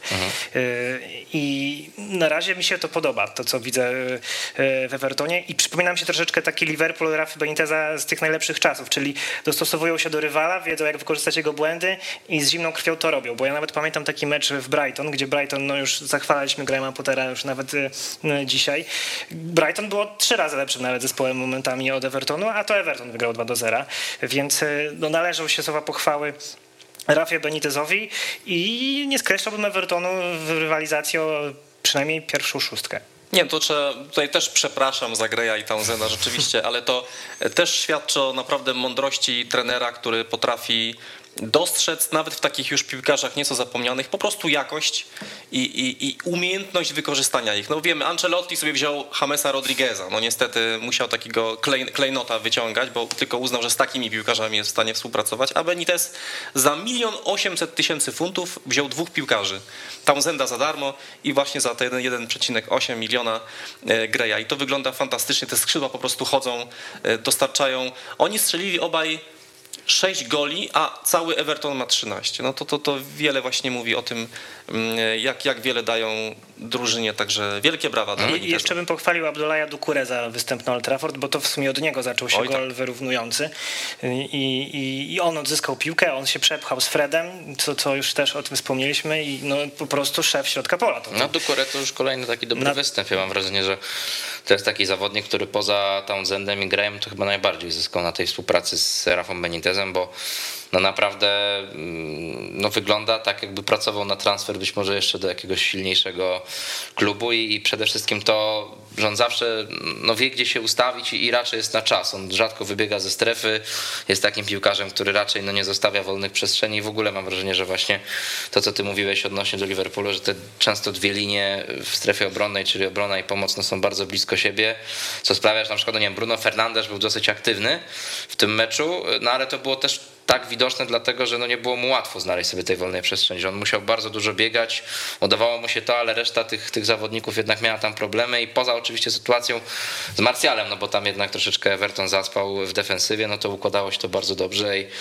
I na razie mi się to podoba, to co widzę w Evertonie i przypomina mi się troszeczkę taki Liverpool Rafy Beniteza z tych najlepszych czasów, czyli dostosowują się do rywala, wiedzą jak wykorzystać jego błędy i z zimną krwią to robią, bo ja nawet pamiętam taki mecz w Brighton, gdzie Brighton, no już zachwalaliśmy Grahama Pottera już nawet dzisiaj. Brighton było 3 razy lepszym nawet zespołem momentami od Evertonu, a to Everton wygrał 2-0, więc no, należą się słowa pochwały Rafie Benitezowi i nie skreślałbym Evertonu w rywalizacji o przynajmniej pierwszą 6. Nie, to tutaj też przepraszam za Greya i Townsenda rzeczywiście, ale to też świadczy o naprawdę mądrości trenera, który potrafi dostrzec nawet w takich już piłkarzach nieco zapomnianych po prostu jakość i umiejętność wykorzystania ich. No wiemy, Ancelotti sobie wziął Jamesa Rodrigueza, no niestety musiał takiego klejnota wyciągać, bo tylko uznał, że z takimi piłkarzami jest w stanie współpracować, a Benitez za 1 800 000 funtów wziął 2 piłkarzy. Townsenda za darmo i właśnie za te 1,8 miliona Greya i to wygląda fantastycznie, te skrzydła po prostu chodzą, dostarczają, oni strzelili obaj 6 goli, a cały Everton ma 13. No to wiele właśnie mówi o tym, jak wiele dają drużynie, także wielkie brawa dla Beniteza. I jeszcze bym pochwalił Abdoulaye Doucouré za występ na Old Trafford, bo to w sumie od niego zaczął się gol wyrównujący i on odzyskał piłkę, on się przepchał z Fredem, co już też o tym wspomnieliśmy i no po prostu szef środka pola. No Doucouré to już kolejny taki dobry występ. Ja mam wrażenie, że to jest taki zawodnik, który poza Townsendem i Graham to chyba najbardziej zyskał na tej współpracy z Rafą Benitezem, bo no naprawdę no wygląda tak, jakby pracował na transfer być może jeszcze do jakiegoś silniejszego klubu i przede wszystkim to, że on zawsze no wie, gdzie się ustawić i raczej jest na czas. On rzadko wybiega ze strefy, jest takim piłkarzem, który raczej no nie zostawia wolnych przestrzeni i w ogóle mam wrażenie, że właśnie to, co ty mówiłeś odnośnie do Liverpoolu, że te często 2 linie w strefie obronnej, czyli obrona i pomoc, no są bardzo blisko siebie, co sprawia, że na przykład, no nie wiem, Bruno Fernandes był dosyć aktywny w tym meczu, no ale to było też tak widoczne dlatego, że no nie było mu łatwo znaleźć sobie tej wolnej przestrzeni, że on musiał bardzo dużo biegać, udawało mu się to, ale reszta tych zawodników jednak miała tam problemy i poza oczywiście sytuacją z Martialem, no bo tam jednak troszeczkę Everton zaspał w defensywie, no to układało się to bardzo dobrze i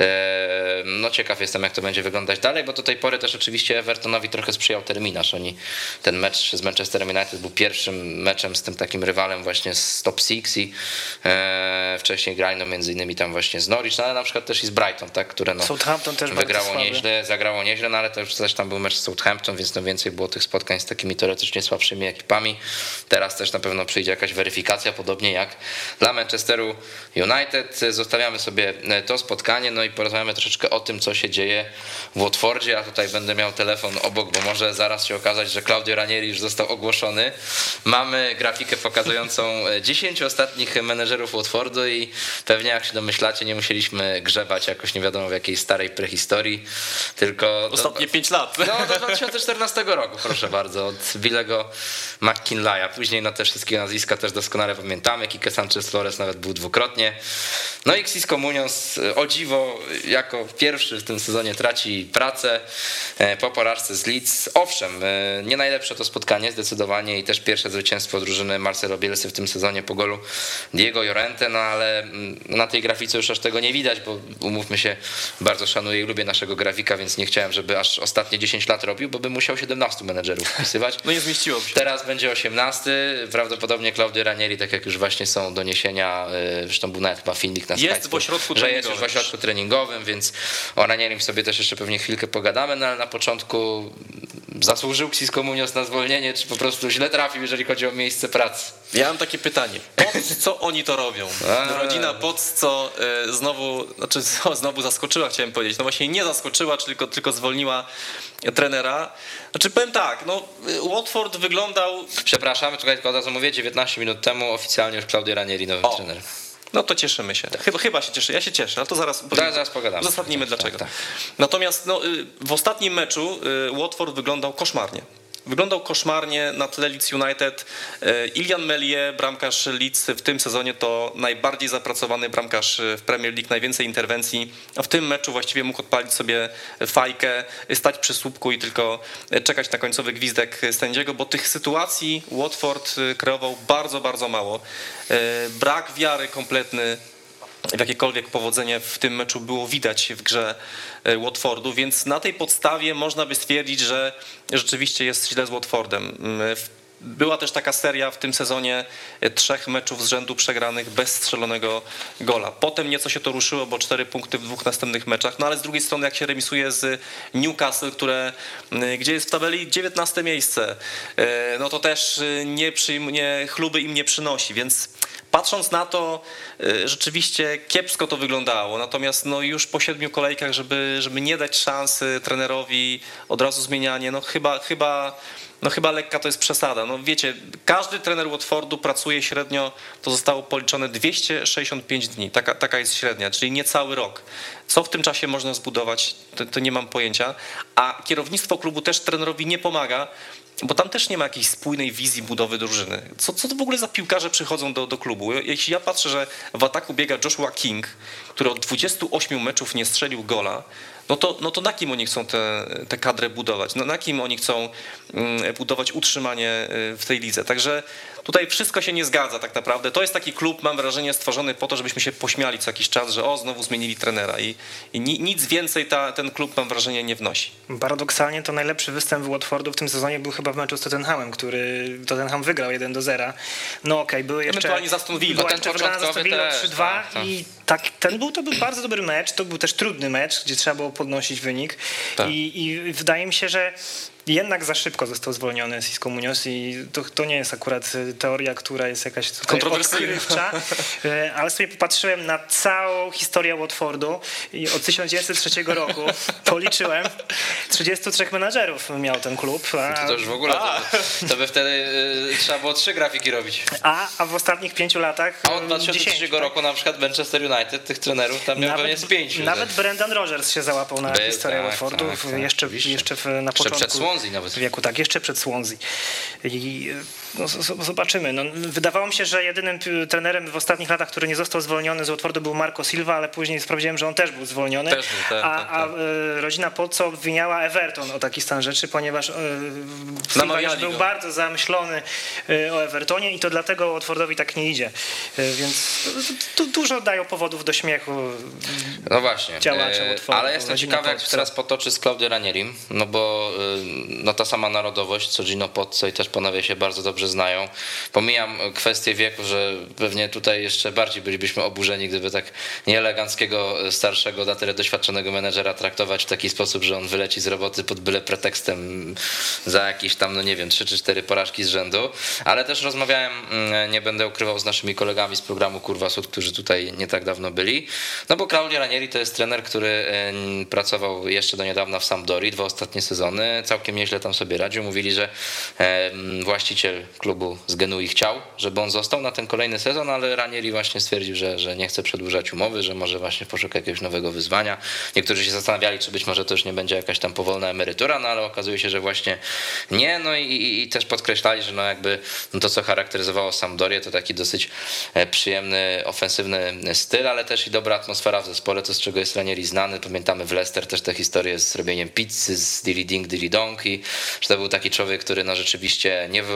no ciekaw jestem, jak to będzie wyglądać dalej, bo do tej pory też oczywiście Evertonowi trochę sprzyjał terminarz. Ten mecz z Manchesterem United był pierwszym meczem z tym takim rywalem właśnie z top 6 i wcześniej grali no między innymi tam właśnie z Norwich, no ale na przykład też i z Brighton, tak, które no Southampton też wygrało nieźle, zagrało nieźle, no ale też tam był mecz z Southampton, więc no więcej było tych spotkań z takimi teoretycznie słabszymi ekipami. Teraz też na pewno przyjdzie jakaś weryfikacja, podobnie jak dla Manchesteru United. Zostawiamy sobie to spotkanie, no i porozmawiamy troszeczkę o tym, co się dzieje w Watfordzie. Ja tutaj będę miał telefon obok, bo może zaraz się okazać, że Claudio Ranieri już został ogłoszony. Mamy grafikę pokazującą 10 ostatnich menedżerów Watfordu i pewnie, jak się domyślacie, nie musieliśmy grzebać jakoś nie wiadomo w jakiej starej prehistorii, tylko ostatnie 5 lat. No do 2014 roku, proszę bardzo, od Billego McKinleya. Później no te wszystkie nazwiska też doskonale pamiętamy. Quique Sanchez-Flores nawet był 2-krotnie. No i Xisco Munoz, o dziwo, jako pierwszy w tym sezonie traci pracę po porażce z Leeds. Owszem, nie najlepsze to spotkanie zdecydowanie i też pierwsze zwycięstwo drużyny Marcelo Bielsy w tym sezonie po golu Diego Llorente, no ale na tej grafice już aż tego nie widać, bo umówmy się, bardzo szanuję i lubię naszego grafika, więc nie chciałem, żeby aż ostatnie 10 lat robił, bo by musiał 17 menedżerów wpisywać. No nie zmieściłoby się. Teraz będzie 18, prawdopodobnie Claudio Ranieri, tak jak już właśnie są doniesienia, zresztą był nawet chyba filmik na jest w ośrodku że jest już w ośrodku treningowym, więc o Ranierim sobie też jeszcze pewnie chwilkę pogadamy, no ale na początku zasłużył Xisco Muñoz na zwolnienie, czy po prostu źle trafił, jeżeli chodzi o miejsce pracy? Ja mam takie pytanie. Poc, co oni to robią? Rodzina Poc, co znowu zaskoczyła, chciałem powiedzieć. No właśnie nie zaskoczyła, tylko zwolniła trenera. Znaczy powiem tak, no Watford wyglądał... Przepraszamy, tutaj tylko od razu mówię, 19 minut temu oficjalnie już Claudio Ranieri nowy trener. No to cieszymy się. Chyba się cieszę. Ja się cieszę, ale to zaraz pogadamy. Uzasadnimy dlaczego. Tak. Natomiast w ostatnim meczu Watford wyglądał koszmarnie. Wyglądał koszmarnie na tle Leeds United. Ilian Meslier, bramkarz Leeds w tym sezonie to najbardziej zapracowany bramkarz w Premier League, najwięcej interwencji. A w tym meczu właściwie mógł odpalić sobie fajkę, stać przy słupku i tylko czekać na końcowy gwizdek sędziego, bo tych sytuacji Watford kreował bardzo, bardzo mało. Brak wiary kompletny w jakiekolwiek powodzenie w tym meczu było widać w grze Watfordu, więc na tej podstawie można by stwierdzić, że rzeczywiście jest źle z Watfordem. Była też taka seria w tym sezonie 3 meczów z rzędu przegranych bez strzelonego gola. Potem nieco się to ruszyło, bo 4 punkty w 2 następnych meczach, no ale z drugiej strony jak się remisuje z Newcastle, gdzie jest w tabeli 19 miejsce, no to też chluby im nie przynosi, więc patrząc na to, rzeczywiście kiepsko to wyglądało, natomiast no już po 7 kolejkach, żeby nie dać szansy trenerowi, od razu zmienianie, no chyba lekka to jest przesada. No wiecie, każdy trener Watfordu pracuje średnio, to zostało policzone 265 dni, taka jest średnia, czyli niecały rok. Co w tym czasie można zbudować, to nie mam pojęcia, a kierownictwo klubu też trenerowi nie pomaga, bo tam też nie ma jakiejś spójnej wizji budowy drużyny. Co to w ogóle za piłkarze przychodzą do klubu? Jeśli ja patrzę, że w ataku biega Joshua King, który od 28 meczów nie strzelił gola, no to na kim oni chcą tę kadrę budować? No na kim oni chcą budować utrzymanie w tej lidze? Także tutaj wszystko się nie zgadza tak naprawdę. To jest taki klub, mam wrażenie, stworzony po to, żebyśmy się pośmiali co jakiś czas, że znowu zmienili trenera i nic więcej ten klub, mam wrażenie, nie wnosi. Paradoksalnie to najlepszy występ Watfordu w tym sezonie był chyba w meczu z Tottenhamem, który Tottenham wygrał 1-0. No okej, były jeszcze... Ewentualnie z Aston Villa. Była jeszcze wygrana z Aston Villa 3-2 tak. i to był bardzo dobry mecz, to był też trudny mecz, gdzie trzeba było podnosić wynik i wydaje mi się, że jednak za szybko został zwolniony Xisco Muñoz i to nie jest akurat teoria, która jest jakaś odkrywcza, ale sobie popatrzyłem na całą historię Watfordu i od 1903 roku policzyłem 33 menadżerów miał ten klub. To już w ogóle to by wtedy trzeba było 3 grafiki robić. A w ostatnich 5 latach a od 2003 10, roku na przykład Manchester United, tych trenerów tam miał pewnie z 5. Nawet Brendan Rodgers się załapał na historię Watfordu jeszcze na początku. Przed Swansea nawet. Wieku, tak, jeszcze przed Swansea. I zobaczymy. Wydawało mi się, że jedynym trenerem w ostatnich latach, który nie został zwolniony z Watfordu, był Marco Silva, ale później sprawdziłem, że on też był zwolniony. A rodzina Pozzo obwiniała Everton o taki stan rzeczy, ponieważ Silva już był bardzo zamyślony o Evertonie i to dlatego Watfordowi tak nie idzie. Więc dużo dają powodów do śmiechu. No właśnie. Działacze Watfordu. Ale jestem ciekawy, jak się teraz potoczy z Claudio Ranierim, no bo ta sama narodowość, co Gino Pozzo i też panowie się bardzo dobrze znają. Pomijam kwestię wieku, że pewnie tutaj jeszcze bardziej bylibyśmy oburzeni, gdyby tak nieeleganckiego, starszego, na tyle doświadczonego menedżera traktować w taki sposób, że on wyleci z roboty pod byle pretekstem za jakieś tam, 3 czy 4 porażki z rzędu. Ale też rozmawiałem, nie będę ukrywał, z naszymi kolegami z programu Kurwa Sud, którzy tutaj nie tak dawno byli. No bo Claudio Ranieri to jest trener, który pracował jeszcze do niedawna w Sampdori, 2 ostatnie sezony, całkiem nieźle tam sobie radził. Mówili, że właściciel klubu z Genui chciał, żeby on został na ten kolejny sezon, ale Ranieri właśnie stwierdził, że nie chce przedłużać umowy, że może właśnie poszuka jakiegoś nowego wyzwania. Niektórzy się zastanawiali, czy być może to już nie będzie jakaś tam powolna emerytura, no ale okazuje się, że właśnie nie. No i też podkreślali, że to, co charakteryzowało Sampdorię, to taki dosyć przyjemny, ofensywny styl, ale też i dobra atmosfera w zespole, to z czego jest Ranieri znany. Pamiętamy w Leicester też tę historię z robieniem pizzy, z Dilly Ding, Dilly Dong i że to był taki człowiek, który rzeczywiście nie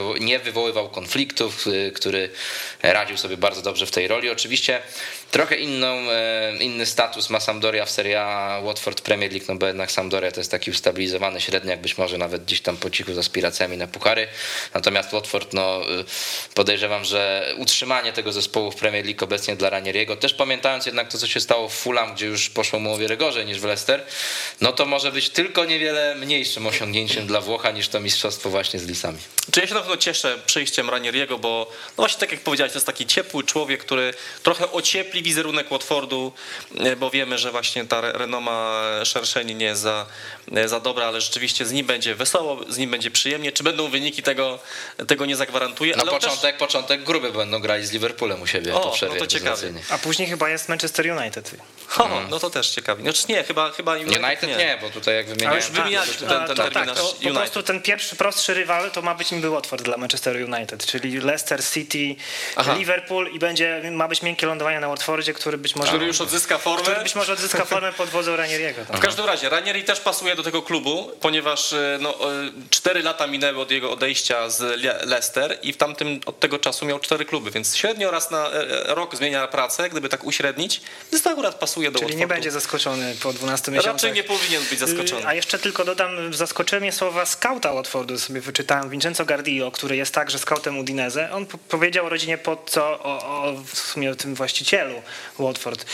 wywoływał konfliktów, który radził sobie bardzo dobrze w tej roli. Oczywiście trochę inny status ma Sampdoria w Serie A, Watford Premier League, no bo jednak Sampdoria to jest taki ustabilizowany średniak, być może nawet gdzieś tam po cichu z aspiracjami na puchary. Natomiast Watford, no podejrzewam, że utrzymanie tego zespołu w Premier League obecnie dla Ranieriego, też pamiętając jednak to, co się stało w Fulham, gdzie już poszło mu o wiele gorzej niż w Leicester, no to może być tylko niewiele mniejszym osiągnięciem dla Włocha niż to mistrzostwo właśnie z Lisami. Czy ja się na pewno cieszę przyjściem Ranieriego, bo no właśnie tak jak powiedziałeś, to jest taki ciepły człowiek, który trochę ociepli wizerunek Watfordu, bo wiemy, że właśnie ta renoma Szerszeni nie jest za dobra, ale rzeczywiście z nim będzie wesoło, z nim będzie przyjemnie. Czy będą wyniki, tego nie zagwarantuje. No początek gruby, będą grali z Liverpoolem u siebie po przerwie. No to ciekawie. A później chyba jest Manchester United. No to też ciekawie. Znaczy nie, chyba United nie, bo tutaj jak wymieniałem. A już wymienialiśmy ten terminarz po prostu ten pierwszy, prostszy rywal to ma być niby Watford dla Manchester United, czyli Leicester City, Liverpool i ma być miękkie lądowanie na Watfordzie, który być może... Który już odzyska formę. Który być może odzyska formę pod wodzą Ranieriego. W każdym razie, Ranieri też pasuje do tego klubu, ponieważ 4 lata minęły od jego odejścia z Leicester i od tego czasu miał 4 kluby, więc średnio raz na rok zmienia pracę, gdyby tak uśrednić, więc to akurat pasuje do Czyli Watfordu. nie będzie zaskoczony po 12 miesiącach. Raczej nie powinien być zaskoczony. A jeszcze tylko dodam zaskoczenie słowa skauta Watfordu, sobie wyczytałem, Vincenzo Gardillo, który jest także skautem Udinese. On powiedział rodzinie w sumie o tym właścicielu Watford,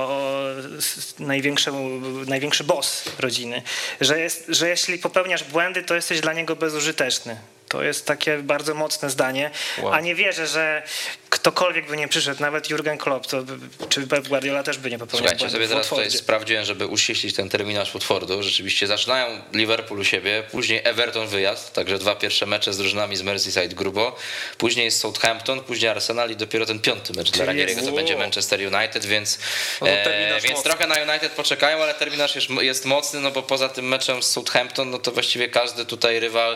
największy boss rodziny, że jeśli popełniasz błędy, to jesteś dla niego bezużyteczny. To jest takie bardzo mocne zdanie, a nie wierzę, że ktokolwiek by nie przyszedł, nawet Jurgen Klopp czy Pep Guardiola też by nie popełniał błędów. Słuchajcie, sobie teraz tutaj sprawdziłem, żeby uściślić ten terminarz Watfordu. Rzeczywiście zaczynają Liverpool u siebie, później Everton wyjazd, także 2 pierwsze mecze z drużynami z Merseyside grubo, później jest Southampton, później Arsenal i dopiero ten 5. mecz dla Ranieriego to będzie Manchester United, więc trochę na United poczekają, ale terminarz jest mocny, no bo poza tym meczem z Southampton, no to właściwie każdy tutaj rywal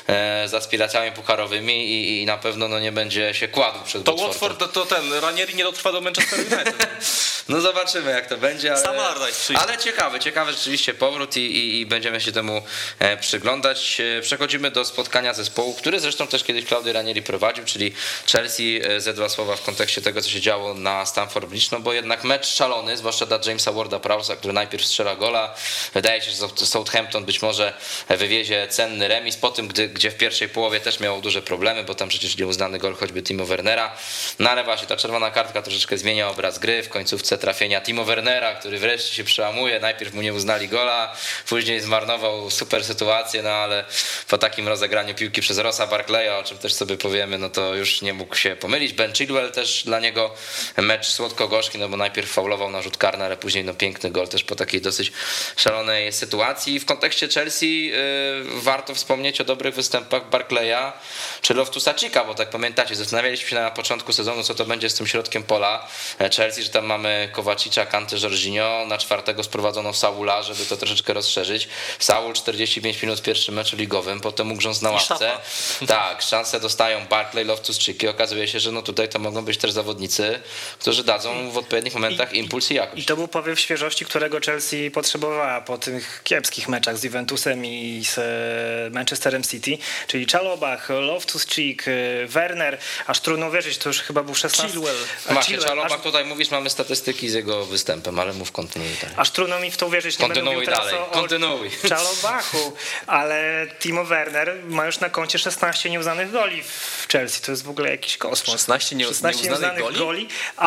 z aspiracjami pucharowymi i na pewno nie będzie się kładł przed Watford to ten Ranieri nie dotrwa do Manchester United. No zobaczymy jak to będzie, ale ciekawy rzeczywiście powrót i będziemy się temu przyglądać. Przechodzimy do spotkania zespołu, który zresztą też kiedyś Claudio Ranieri prowadził, czyli Chelsea. Ze 2 słowa w kontekście tego, co się działo na Stamford Bridge, no bo jednak mecz szalony, zwłaszcza dla Jamesa Warda-Prowse'a, który najpierw strzela gola. Wydaje się, że Southampton być może wywiezie cenny remis po tym, gdzie w pierwszej połowie też miało duże problemy, bo tam przecież nieuznany gol choćby Timo Wernera. No ale właśnie ta czerwona kartka troszeczkę zmienia obraz gry. W końcówce trafienia Timo Wernera, który wreszcie się przełamuje. Najpierw mu nie uznali gola, później zmarnował super sytuację, no ale po takim rozegraniu piłki przez Rossa Barclaya, o czym też sobie powiemy, no to już nie mógł się pomylić. Ben Chilwell też dla niego mecz słodko-gorzki, no bo najpierw faulował na rzut karny, ale później piękny gol też po takiej dosyć szalonej sytuacji. W kontekście Chelsea warto wspomnieć o dobrych występach Barclaya czy Loftusa-Cheeka, bo tak pamiętacie, zastanawialiśmy się na początku sezonu, co to będzie z tym środkiem pola Chelsea, że tam mamy Kowacicza, Kantę, Jorginho, na 4. sprowadzono Saula, żeby to troszeczkę rozszerzyć. Saul 45 minut w pierwszym meczu ligowym, potem ugrzązł na ławce. Tak, szansę dostają Barclay, Loftus-Cheek i okazuje się, że tutaj to mogą być też zawodnicy, którzy dadzą w odpowiednich momentach impuls i jakość. I to był powiew świeżości, którego Chelsea potrzebowała po tych kiepskich meczach z Juventusem i z Manchesterem City, czyli Chalobah, Loftus-Cheek, Werner, aż trudno uwierzyć, to już chyba był 16. Właśnie, Chalobah tutaj mówisz, mamy statystyki z jego występem, ale mów kontynuuj dalej. Aż trudno mi w to uwierzyć. Kontynuuj dalej, kontynuuj. Chalobahu, ale Timo Werner ma już na koncie 16 nieuznanych goli w Chelsea, to jest w ogóle jakiś kosmos. 16 nieuznanych goli?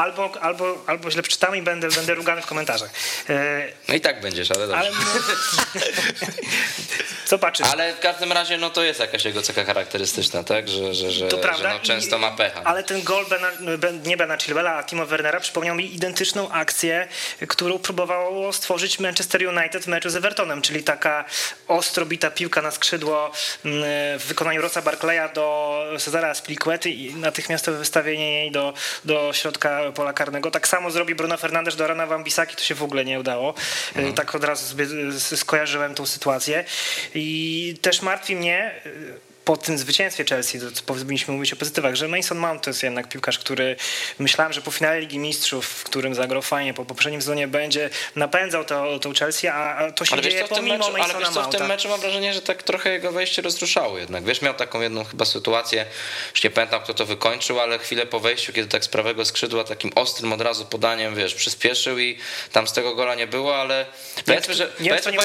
Albo źle przeczytam i będę rugany w komentarzach. No i tak będziesz, ale dobrze. Zobaczysz. Ale w każdym razie to jest jakaś jego cecha charakterystyczna, tak? Że często ma pecha. Ale ten gol nie Bena Chilwella, a Timo Wernera przypomniał mi identyczną akcję, którą próbowało stworzyć Manchester United w meczu z Evertonem, czyli taka ostro bita piłka na skrzydło w wykonaniu Rossa Barclaya do Cezara Azpilicuety i natychmiastowe wystawienie jej do środka pola karnego. Tak samo zrobi Bruno Fernandes do Rana Wan-Bissaki, to się w ogóle nie udało. Tak od razu sobie skojarzyłem tą sytuację. I też martwi mnie po tym zwycięstwie Chelsea, to powinniśmy mówić o pozytywach, że Mason Mount to jest jednak piłkarz, który myślałem, że po finale Ligi Mistrzów, w którym zagrał fajnie, po poprzednim sezonie będzie napędzał tą Chelsea, a to się dzieje pomimo Masona Mounta. Ale wiesz co, w tym meczu mam wrażenie, że tak trochę jego wejście rozruszało jednak. Wiesz, miał taką jedną chyba sytuację, już nie pamiętam kto to wykończył, ale chwilę po wejściu, kiedy tak z prawego skrzydła takim ostrym od razu podaniem, wiesz, przyspieszył i tam z tego gola nie było, ale powiedzmy, że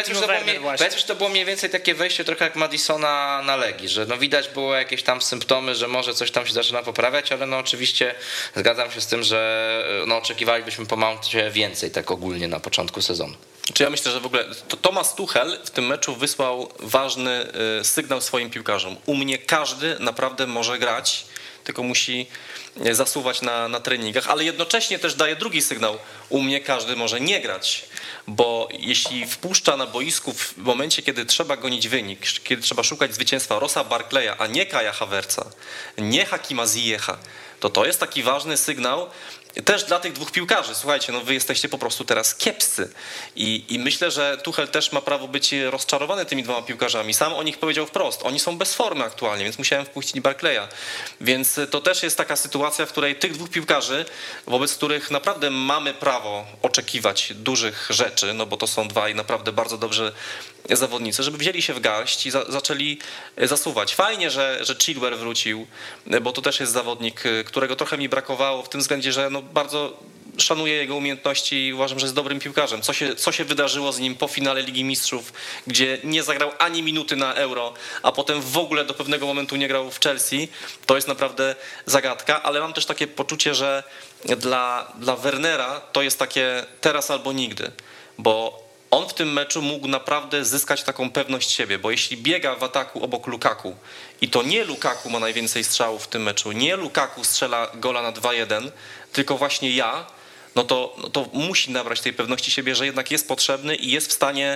to było mniej więcej takie wejście trochę jak Madisona na Legii, że no widać było jakieś tam symptomy, że może coś tam się zaczyna poprawiać, ale no oczywiście zgadzam się z tym, że no oczekiwalibyśmy po Mouncie więcej tak ogólnie na początku sezonu. Czy ja myślę, że w ogóle Thomas Tuchel w tym meczu wysłał ważny sygnał swoim piłkarzom. U mnie każdy naprawdę może grać, tylko musi zasuwać na treningach, ale jednocześnie też daje drugi sygnał. U mnie każdy może nie grać, bo jeśli wpuszcza na boisku w momencie, kiedy trzeba gonić wynik, kiedy trzeba szukać zwycięstwa Rossa Barkleya, a nie Kaja Havertza, nie Hakima Ziyecha, to jest taki ważny sygnał też dla tych dwóch piłkarzy. Słuchajcie, no wy jesteście po prostu teraz kiepscy. I myślę, że Tuchel też ma prawo być rozczarowany tymi dwoma piłkarzami. Sam o nich powiedział wprost. Oni są bez formy aktualnie, więc musiałem wpuścić Barkleya. Więc to też jest taka sytuacja, w której tych dwóch piłkarzy, wobec których naprawdę mamy prawo oczekiwać dużych rzeczy, no bo to są dwaj naprawdę bardzo dobrzy zawodnicy, żeby wzięli się w garść i zaczęli zasuwać. Fajnie, że Chilwell wrócił, bo to też jest zawodnik, którego trochę mi brakowało w tym względzie, że no bardzo szanuję jego umiejętności i uważam, że jest dobrym piłkarzem. Co się wydarzyło z nim po finale Ligi Mistrzów, gdzie nie zagrał ani minuty na Euro, a potem w ogóle do pewnego momentu nie grał w Chelsea, to jest naprawdę zagadka, ale mam też takie poczucie, że dla Wernera to jest takie teraz albo nigdy, bo on w tym meczu mógł naprawdę zyskać taką pewność siebie, bo jeśli biega w ataku obok Lukaku i to nie Lukaku ma najwięcej strzałów w tym meczu, nie Lukaku strzela gola na 2-1, tylko właśnie ja, no to musi nabrać tej pewności siebie, że jednak jest potrzebny i jest w stanie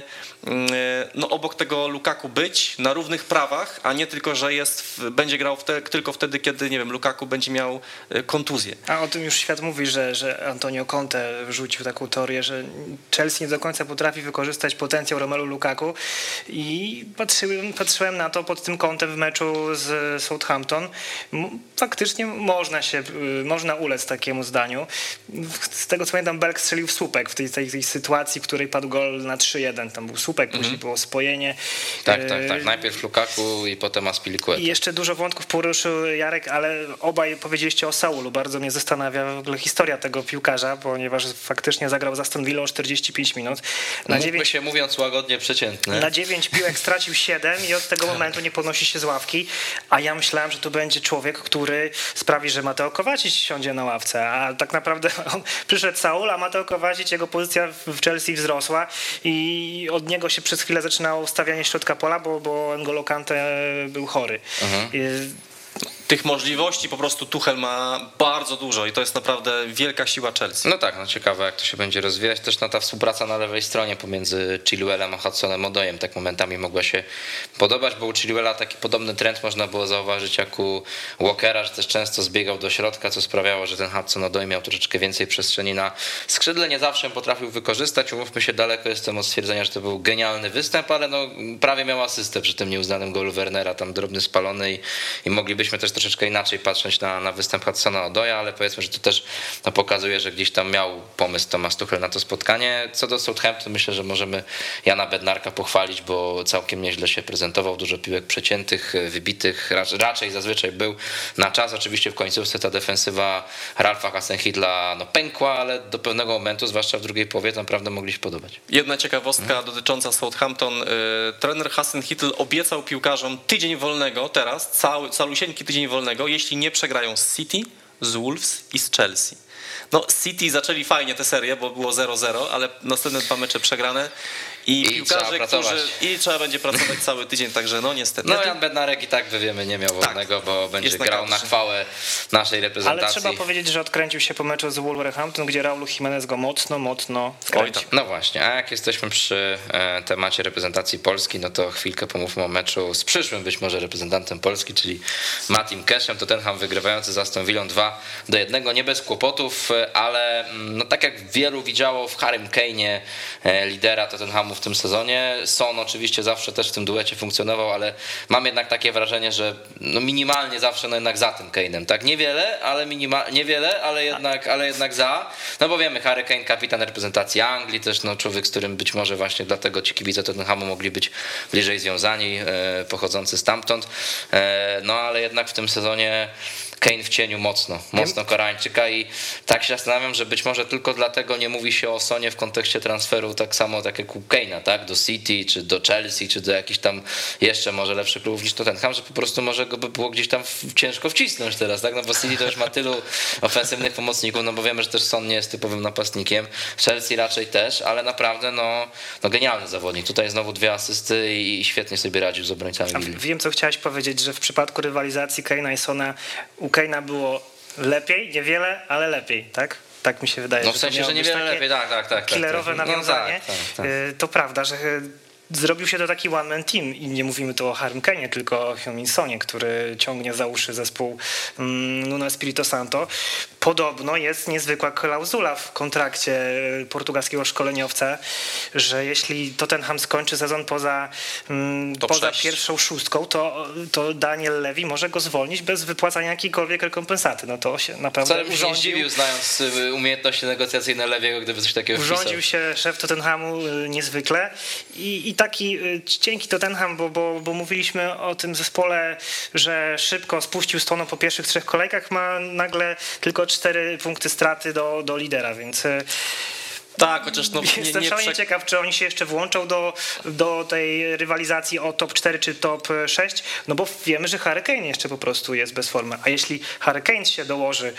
no, obok tego Lukaku być na równych prawach, a nie tylko, że będzie grał tylko wtedy, kiedy, nie wiem, Lukaku będzie miał kontuzję. A o tym już świat mówi, że Antonio Conte wrzucił taką teorię, że Chelsea nie do końca potrafi wykorzystać potencjał Romelu Lukaku i patrzyłem na to pod tym kątem w meczu z Southampton. Faktycznie można ulec takiemu zdaniu. Z tego co pamiętam, Belk strzelił w słupek w tej sytuacji, w której padł gol na 3-1. Tam był słupek, później było spojenie. Tak. Najpierw Lukaku i potem Azpilicueta. I jeszcze dużo wątków poruszył Jarek, ale obaj powiedzieliście o Saulu. Bardzo mnie zastanawia w ogóle historia tego piłkarza, ponieważ faktycznie zagrał za Aston Villą 45 minut. Mógłby się, mówiąc łagodnie, przeciętny. Na 9 piłek stracił 7 i od tego momentu nie podnosi się z ławki. A ja myślałem, że to będzie człowiek, który sprawi, że Mateo Kovacic siądzie na ławce. A tak naprawdę przyszedł Saul, a Mateo Kovacic, jego pozycja w Chelsea wzrosła i od niego się przez chwilę zaczynało ustawianie środka pola, bo N'Golo Kante był chory. Tych możliwości po prostu Tuchel ma bardzo dużo i to jest naprawdę wielka siła Chelsea. No tak, ciekawe jak to się będzie rozwijać. Też ta współpraca na lewej stronie pomiędzy Chilwellem a Hudsonem-Odoiem tak momentami mogła się podobać, bo u Chilwella taki podobny trend można było zauważyć jak u Walkera, że też często zbiegał do środka, co sprawiało, że ten Hudson-Odoi miał troszeczkę więcej przestrzeni na skrzydle. Nie zawsze potrafił wykorzystać. Umówmy się, daleko jestem od stwierdzenia, że to był genialny występ, ale no prawie miał asystę przy tym nieuznanym golu Wernera, tam drobny spalony i moglibyśmy też troszeczkę inaczej patrzeć na występ Hudsona-Odoia, ale powiedzmy, że to też pokazuje, że gdzieś tam miał pomysł Thomas Tuchel na to spotkanie. Co do Southampton, myślę, że możemy Jana Bednarka pochwalić, bo całkiem nieźle się prezentował, dużo piłek przeciętych, wybitych, raczej zazwyczaj był na czas. Oczywiście w końcówce ta defensywa Ralfa Hasenhüttla pękła, ale do pewnego momentu, zwłaszcza w drugiej połowie, naprawdę mogli się podobać. Jedna ciekawostka dotycząca Southampton. Trener Hasenhüttl obiecał piłkarzom tydzień wolnego teraz, calusieńki tydzień wolnego, jeśli nie przegrają z City, z Wolves i z Chelsea. No City zaczęli fajnie tę serię, bo było 0-0, ale następne 2 mecze przegrane i piłkarze, trzeba będzie pracować cały tydzień, także no niestety. No Jan Bednarek i tak wiemy nie miał wolnego, bo będzie grał na chwałę naszej reprezentacji. Ale trzeba powiedzieć, że odkręcił się po meczu z Wolverhampton, gdzie Raul Jimenez go mocno skręcił. No właśnie, a jak jesteśmy przy temacie reprezentacji Polski, no to chwilkę pomówmy o meczu z przyszłym być może reprezentantem Polski, czyli Matim Keszem. Tottenham wygrywający z Aston Villą 2-1, nie bez kłopotów. ale no tak jak wielu widziało w Harrym Kane'ie lidera Tottenhamu w tym sezonie, Son oczywiście zawsze też w tym duecie funkcjonował, ale mam jednak takie wrażenie, że no minimalnie zawsze no jednak za tym Kane'em, tak? Niewiele, ale jednak za, no bo wiemy, Harry Kane, kapitan reprezentacji Anglii, też no człowiek, z którym być może właśnie dlatego ci kibice Tottenhamu mogli być bliżej związani, pochodzący stamtąd, no ale jednak w tym sezonie Kane w cieniu mocno Koreańczyka i tak się zastanawiam, że być może tylko dlatego nie mówi się o Sonie w kontekście transferu tak samo tak jak u Kane'a, tak? Do City, czy do Chelsea, czy do jakichś tam jeszcze może lepszych klubów niż Tottenham, że po prostu może go by było gdzieś tam ciężko wcisnąć teraz, tak? No bo City to już ma tylu ofensywnych pomocników, no bo wiemy, że też Son nie jest typowym napastnikiem, Chelsea raczej też, ale naprawdę no genialny zawodnik. Tutaj znowu 2 asysty i świetnie sobie radził z obrońcami. Wiem, co chciałeś powiedzieć, że w przypadku rywalizacji Kane'a i Sona u Kane'a było lepiej, niewiele, ale lepiej, tak? Tak mi się wydaje. No w sensie, że niewiele lepiej, tak. Killerowe nawiązanie. No, tak. To prawda, że zrobił się to taki one-man team i nie mówimy tu o Harrym Kane'ie, tylko o Heung-min Sonie, który ciągnie za uszy zespół Nuno Espirito Santo. Podobno jest niezwykła klauzula w kontrakcie portugalskiego szkoleniowca, że jeśli Tottenham skończy sezon poza pierwszą szóstką, to Daniel Levy może go zwolnić bez wypłacania jakiejkolwiek rekompensaty. No to się naprawdę wcale bym się nie zdziwił, znając umiejętności negocjacyjne Leviego, gdyby coś takiego wpisał. Urządził się szef Tottenhamu niezwykle i taki cienki Tottenham, bo mówiliśmy o tym zespole, że szybko spuścił Stono po pierwszych 3 kolejkach, ma nagle tylko 4 punkty straty do lidera, więc tak, chociaż jestem szalenie ciekaw, czy oni się jeszcze włączą do tej rywalizacji o top 4 czy top 6, no bo wiemy, że Harry Kane jeszcze po prostu jest bez formy, a jeśli Harry Kane się dołoży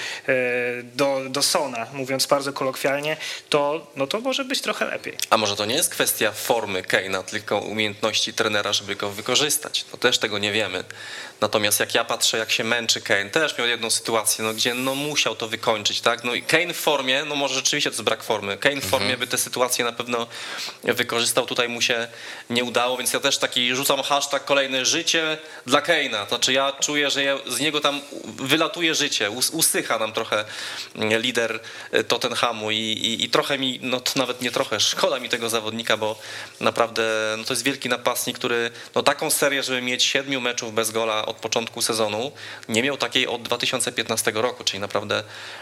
do Sona, mówiąc bardzo kolokwialnie, to może być trochę lepiej. A może to nie jest kwestia formy Kane'a, tylko umiejętności trenera, żeby go wykorzystać? No też tego nie wiemy. Natomiast jak ja patrzę, jak się męczy Kane, też miał jedną sytuację, gdzie musiał to wykończyć, tak? No i Kane w formie, no może rzeczywiście to jest brak formy. Kane w formie by tę sytuację na pewno wykorzystał, tutaj mu się nie udało, więc ja też taki rzucam hashtag kolejne życie dla Kane'a. Znaczy ja czuję, że z niego tam wylatuje życie, usycha nam trochę lider Tottenhamu i trochę mi, no to nawet nie trochę, szkoda mi tego zawodnika, bo naprawdę to jest wielki napastnik, który taką serię, żeby mieć 7 meczów bez gola od początku sezonu, nie miał takiej od 2015 roku, czyli naprawdę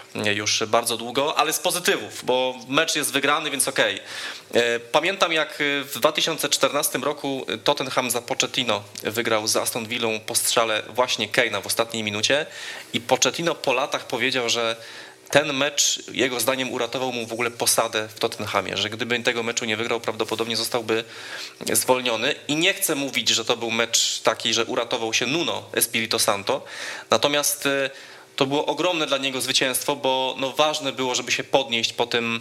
już bardzo długo, ale z pozytywów, bo mecz jest wygrany, więc okej. Pamiętam, jak w 2014 roku Tottenham za Pochettino wygrał z Aston Villą po strzale właśnie Kane'a w ostatniej minucie i Pochettino po latach powiedział, że ten mecz jego zdaniem uratował mu w ogóle posadę w Tottenhamie, że gdyby tego meczu nie wygrał, prawdopodobnie zostałby zwolniony. I nie chcę mówić, że to był mecz taki, że uratował się Nuno Espirito Santo, natomiast to było ogromne dla niego zwycięstwo, bo ważne było, żeby się podnieść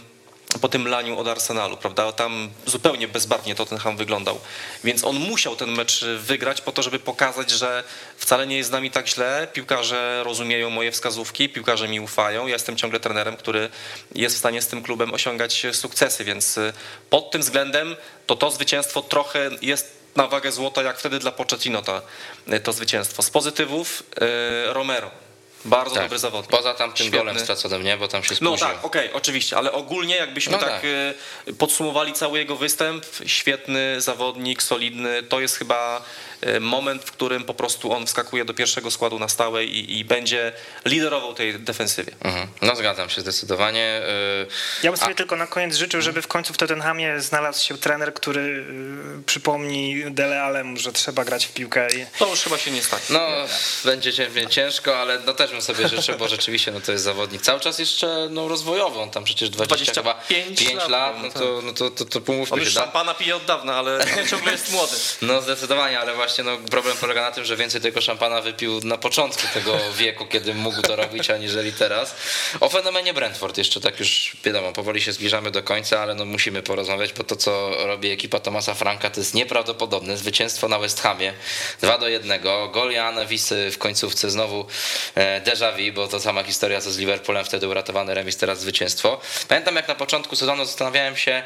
po tym laniu od Arsenalu, prawda? Tam zupełnie bezbarwnie Tottenham wyglądał. Więc on musiał ten mecz wygrać po to, żeby pokazać, że wcale nie jest z nami tak źle. Piłkarze rozumieją moje wskazówki, piłkarze mi ufają. Ja jestem ciągle trenerem, który jest w stanie z tym klubem osiągać sukcesy, więc pod tym względem to zwycięstwo trochę jest na wagę złota, jak wtedy dla Pochettino to zwycięstwo. Z pozytywów Romero. Bardzo dobry zawodnik. Poza tam tym golem straconym, nie? Bo tam się spóźnił. No tak, okej, oczywiście, ale ogólnie jakbyśmy podsumowali cały jego występ, świetny zawodnik, solidny, to jest chyba moment, w którym po prostu on wskakuje do pierwszego składu na stałe i będzie liderował tej defensywie. No zgadzam się zdecydowanie. Ja bym sobie tylko na koniec życzył, żeby w końcu w Tottenhamie znalazł się trener, który przypomni Dele Allemu, że trzeba grać w piłkę. To już chyba się nie stanie. No będzie ciężko, ale też bym sobie życzył, bo rzeczywiście to jest zawodnik cały czas jeszcze rozwojowy, on tam przecież 25 lat, to pomówmy się. On już szampana pije od dawna, ale ciągle jest młody. No zdecydowanie, ale właśnie problem polega na tym, że więcej tego szampana wypił na początku tego wieku, kiedy mógł to robić, aniżeli teraz. O fenomenie Brentford jeszcze tak już wiadomo, powoli się zbliżamy do końca, ale musimy porozmawiać, bo to, co robi ekipa Thomasa Franka, to jest nieprawdopodobne. Zwycięstwo na West Hamie 2-1, gol Jana Wisy w końcówce, znowu déjà vu, bo to sama historia co z Liverpoolem, wtedy uratowany remis, teraz zwycięstwo. Pamiętam, jak na początku sezonu zastanawiałem się,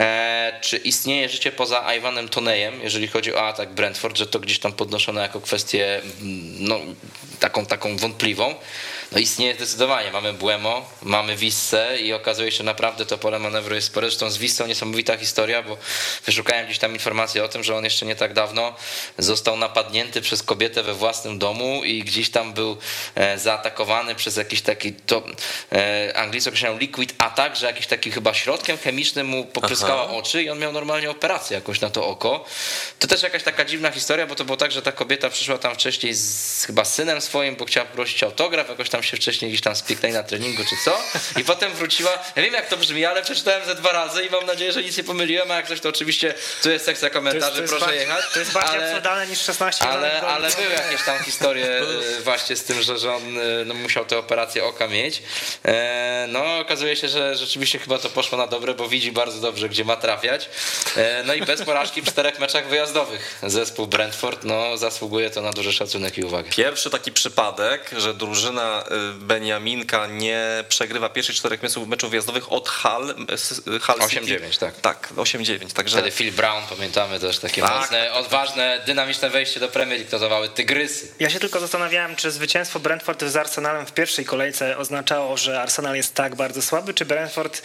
czy istnieje życie poza Ivanem Toneyem, jeżeli chodzi o atak Brentford, że to gdzieś tam podnoszono jako kwestię taką wątpliwą. no istnieje zdecydowanie. Mamy Błemo, mamy Wissę i okazuje się, że naprawdę to pole manewru jest spore. Zresztą z Wissą niesamowita historia, bo wyszukałem gdzieś tam informację o tym, że on jeszcze nie tak dawno został napadnięty przez kobietę we własnym domu i gdzieś tam był zaatakowany przez jakiś taki, to Anglicy określają liquid attack, że jakiś taki chyba środkiem chemicznym mu popryskała oczy i on miał normalnie operację jakoś na to oko. To też jakaś taka dziwna historia, bo to było tak, że ta kobieta przyszła tam wcześniej z chyba synem swoim, bo chciała prosić autograf, jakoś tam się wcześniej gdzieś tam spieknęli na treningu czy co i potem wróciła. Ja wiem jak to brzmi, ale przeczytałem ze 2 razy i mam nadzieję, że nic nie pomyliłem, a jak coś to oczywiście tu jest sekcja komentarzy, proszę jechać. To jest bardziej absurdalne niż 16 ale były jakieś tam historie właśnie z tym, że on no, musiał tę operację oka mieć. No okazuje się, że rzeczywiście chyba to poszło na dobre, bo widzi bardzo dobrze, gdzie ma trafiać. No i bez porażki w 4 meczach wyjazdowych zespół Brentford no, zasługuje to na duży szacunek i uwagę. Pierwszy taki przypadek, że drużyna Beniaminka nie przegrywa pierwszych 4 meczów wyjazdowych od Hull 8-9, tak. Tak, 8-9. Także... Wtedy Phil Brown, pamiętamy też takie mocne, odważne, dynamiczne wejście do Premier League notowały Tygrysy. Ja się tylko zastanawiałem, czy zwycięstwo Brentford z Arsenalem w pierwszej kolejce oznaczało, że Arsenal jest tak bardzo słaby, czy Brentford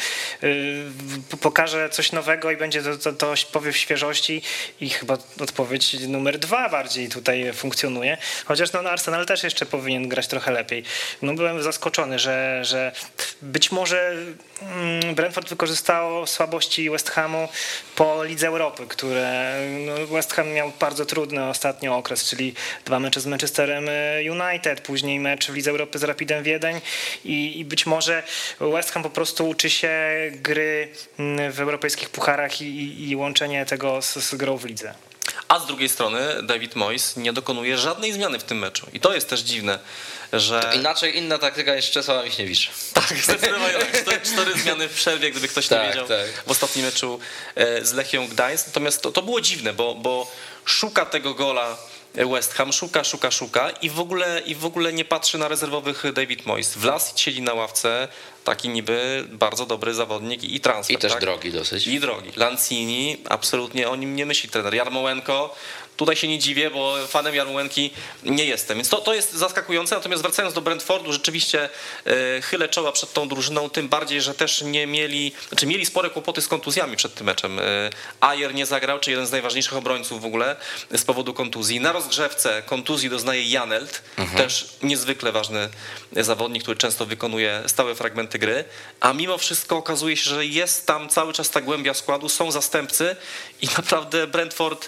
pokaże coś nowego i będzie to powiew świeżości i chyba odpowiedź numer 2 bardziej tutaj funkcjonuje. Chociaż no, Arsenal też jeszcze powinien grać trochę lepiej. No, byłem zaskoczony, że być może Brentford wykorzystało słabości West Hamu po Lidze Europy, które no, West Ham miał bardzo trudny ostatnio okres, czyli 2 mecze z Manchesterem United, później mecz w Lidze Europy z Rapidem Wiedeń i być może West Ham po prostu uczy się gry w europejskich pucharach i łączenie tego z grą w lidze. A z drugiej strony David Moyes nie dokonuje żadnej zmiany w tym meczu. I to jest też dziwne, że... To inaczej inna taktyka niż Czesława Michniewicz. Tak, zdecydowanie. 4 zmiany w przerwie, gdyby ktoś nie wiedział, w ostatnim meczu z Lechią Gdańsk. Natomiast to było dziwne, bo szuka tego gola West Ham, szuka i w ogóle nie patrzy na rezerwowych David Moyes. Vlasic siedzi na ławce, taki niby bardzo dobry zawodnik i transfer. I też tak? drogi dosyć. I drogi. Lanzini, absolutnie o nim nie myśli trener. Jarmołenko, tutaj się nie dziwię, bo fanem Jarmołenki nie jestem. Więc to jest zaskakujące. Natomiast wracając do Brentfordu, rzeczywiście chylę czoła przed tą drużyną, tym bardziej, że też nie mieli, znaczy mieli spore kłopoty z kontuzjami przed tym meczem. Ajer nie zagrał, czy jeden z najważniejszych obrońców w ogóle z powodu kontuzji. Na rozgrzewce kontuzji doznaje Janelt, też niezwykle ważny zawodnik, który często wykonuje stałe fragmenty gry, a mimo wszystko okazuje się, że jest tam cały czas ta głębia składu, są zastępcy i naprawdę Brentford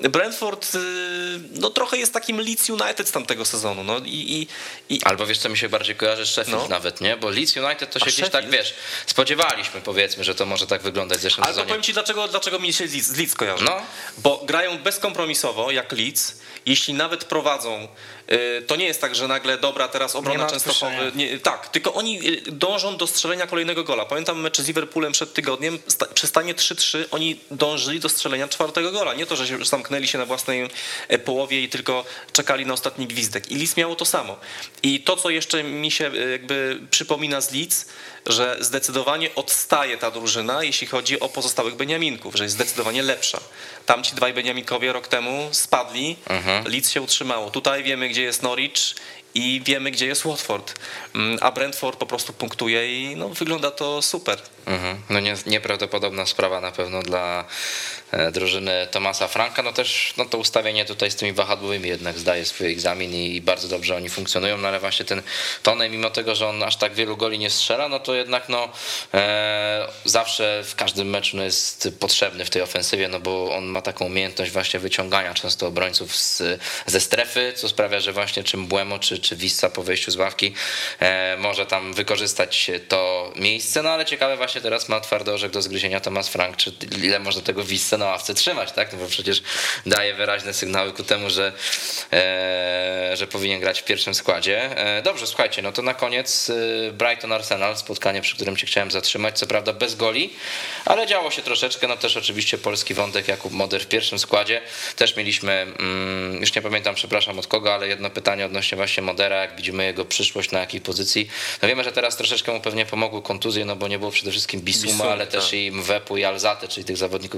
no trochę jest takim Leeds United z tamtego sezonu. No Albo wiesz, co mi się bardziej kojarzy z Sheffield nawet, nie? Bo Leeds United to się gdzieś tak, wiesz, spodziewaliśmy, powiedzmy, że to może tak wyglądać w zeszłym sezonie. Ale powiem ci, dlaczego mi się z Leeds kojarzy. No. Bo grają bezkompromisowo, jak Leeds. Jeśli nawet prowadzą, to nie jest tak, że nagle dobra, teraz obrona Częstochowy. Tak, tylko oni dążą do strzelenia kolejnego gola. Pamiętam mecz z Liverpoolem przed tygodniem, przy stanie 3-3 oni dążyli do strzelenia 4. gola. Nie to, że się zamknęli się na własnej połowie i tylko czekali na ostatni gwizdek. I Leeds miało to samo. I to, co jeszcze mi się jakby przypomina z Leeds, że zdecydowanie odstaje ta drużyna, jeśli chodzi o pozostałych Beniaminków, że jest zdecydowanie lepsza. Tamci 2 Beniaminkowie rok temu spadli, Leeds się utrzymało. Tutaj wiemy, gdzie jest Norwich i wiemy, gdzie jest Watford, a Brentford po prostu punktuje i no, wygląda to super. No nieprawdopodobna sprawa na pewno dla drużyny Thomasa Franka, no też no to ustawienie tutaj z tymi wahadłowymi jednak zdaje swój egzamin i bardzo dobrze oni funkcjonują, no ale właśnie ten Tony, mimo tego, że on aż tak wielu goli nie strzela, no to jednak no zawsze w każdym meczu no, jest potrzebny w tej ofensywie, no bo on ma taką umiejętność właśnie wyciągania często obrońców ze strefy, co sprawia, że właśnie czy Mbeumo, czy Wissa po wejściu z ławki może tam wykorzystać to miejsce, no ale ciekawe właśnie teraz ma twardy orzech do zgryzienia Thomas Frank, czy ile można tego Wissa na ławce trzymać, tak? No bo przecież daje wyraźne sygnały ku temu, że powinien grać w pierwszym składzie. Dobrze, słuchajcie, no to na koniec Brighton Arsenal, spotkanie, przy którym się chciałem zatrzymać, co prawda bez goli, ale działo się troszeczkę, no też oczywiście polski wątek, Jakub Moder w pierwszym składzie. Też mieliśmy, już nie pamiętam, przepraszam od kogo, ale jedno pytanie odnośnie właśnie Modera, jak widzimy jego przyszłość, na jakiej pozycji. No wiemy, że teraz troszeczkę mu pewnie pomogły kontuzje, no bo nie było przede wszystkim Bissouma, ale też i Mwepu i Alzate, czyli tych zawodników, którzy mogliby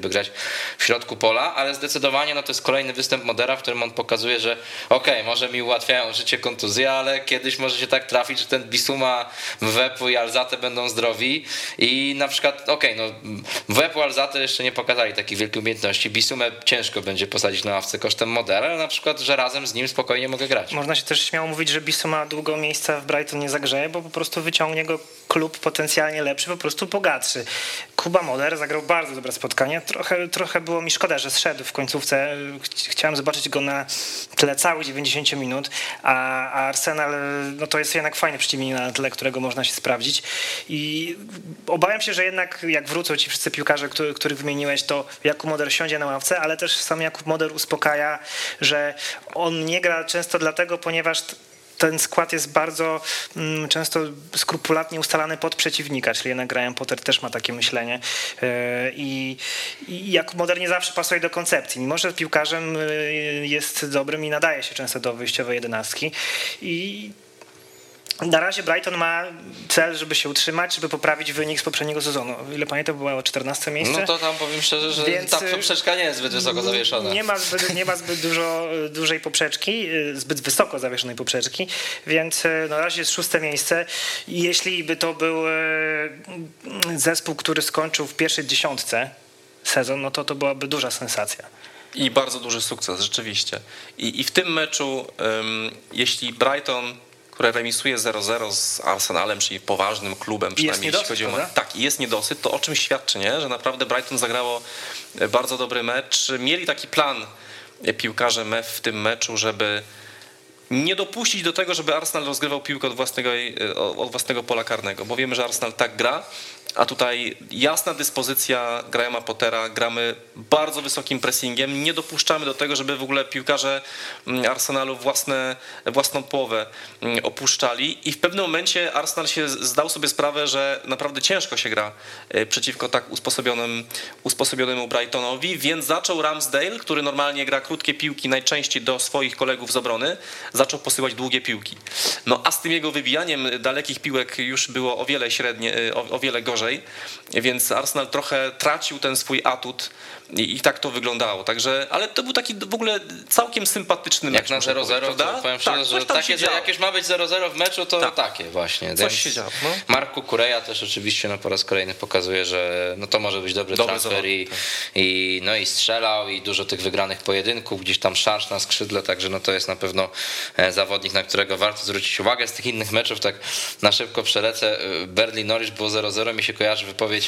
chcieliby grać w środku pola, ale zdecydowanie no to jest kolejny występ Modera, w którym on pokazuje, że może mi ułatwiają życie kontuzje, ale kiedyś może się tak trafić, że ten Bissouma, Mwepu i Alzate będą zdrowi i na przykład, Mwepu, Alzate jeszcze nie pokazali takich wielkich umiejętności. Bissoumę ciężko będzie posadzić na ławce kosztem Modera, ale na przykład, że razem z nim spokojnie mogę grać. Można się też śmiało mówić, że Bissouma długo miejsca w Brighton nie zagrzeje, bo po prostu wyciągnie go klub potencjalnie lepszy, po prostu bogatszy. Kuba Moder zagrał bardzo dobre spotkanie. Trochę było mi szkoda, że zszedł w końcówce. Chciałem zobaczyć go na tle całych 90 minut, a Arsenal no to jest jednak fajny przeciwnik na tle, którego można się sprawdzić. I obawiam się, że jednak jak wrócą ci wszyscy piłkarze, których wymieniłeś, to Jakub Moder siądzie na ławce, ale też sam Jakub Moder uspokaja, że on nie gra często dlatego, ponieważ ten skład jest bardzo często skrupulatnie ustalany pod przeciwnika, czyli jednak Graham Potter też ma takie myślenie i Jakub Moder nie zawsze pasuje do koncepcji, mimo że piłkarzem jest dobrym i nadaje się często do wyjściowej 11 i na razie Brighton ma cel, żeby się utrzymać, żeby poprawić wynik z poprzedniego sezonu. Ile pamiętam, było 14 miejsce? No to tam powiem szczerze, że ta poprzeczka nie jest zbyt wysoko zawieszona. Nie ma zbyt dużej poprzeczki, zbyt wysoko zawieszonej poprzeczki, więc na razie jest 6 miejsce. I jeśli by to był zespół, który skończył w pierwszej 10 sezon, no to byłaby duża sensacja. I bardzo duży sukces, rzeczywiście. I w tym meczu, jeśli Brighton, które remisuje 0-0 z Arsenalem, czyli poważnym klubem, przynajmniej jeśli chodzi o... Tak, i jest niedosyt, to o czym świadczy, nie? Że naprawdę Brighton zagrało bardzo dobry mecz. Mieli taki plan piłkarze MEF w tym meczu, żeby nie dopuścić do tego, żeby Arsenal rozgrywał piłkę od własnego pola karnego, bo wiemy, że Arsenal tak gra, a tutaj jasna dyspozycja Grahama Pottera, gramy bardzo wysokim pressingiem, nie dopuszczamy do tego, żeby w ogóle piłkarze Arsenalu własną połowę opuszczali i w pewnym momencie Arsenal się zdał sobie sprawę, że naprawdę ciężko się gra przeciwko tak usposobionemu Brightonowi, więc zaczął Ramsdale, który normalnie gra krótkie piłki najczęściej do swoich kolegów z obrony, zaczął posyłać długie piłki. No a z tym jego wybijaniem dalekich piłek już było o wiele gorzej, więc Arsenal trochę tracił ten swój atut i tak to wyglądało. Także, ale to był taki w ogóle całkiem sympatyczny mecz. Jak na 0-0, to powiem szczerze, że takie, że jak już ma być 0-0 w meczu, to takie właśnie. Coś się działo. No. Mark Cucurella też oczywiście po raz kolejny pokazuje, że to może być dobry transfer i strzelał i dużo tych wygranych pojedynków, gdzieś tam szarż na skrzydle, także to jest na pewno zawodnik, na którego warto zwrócić uwagę. Z tych innych meczów tak na szybko przelecę. Burnley-Norwich było 0-0, mi się kojarzy wypowiedź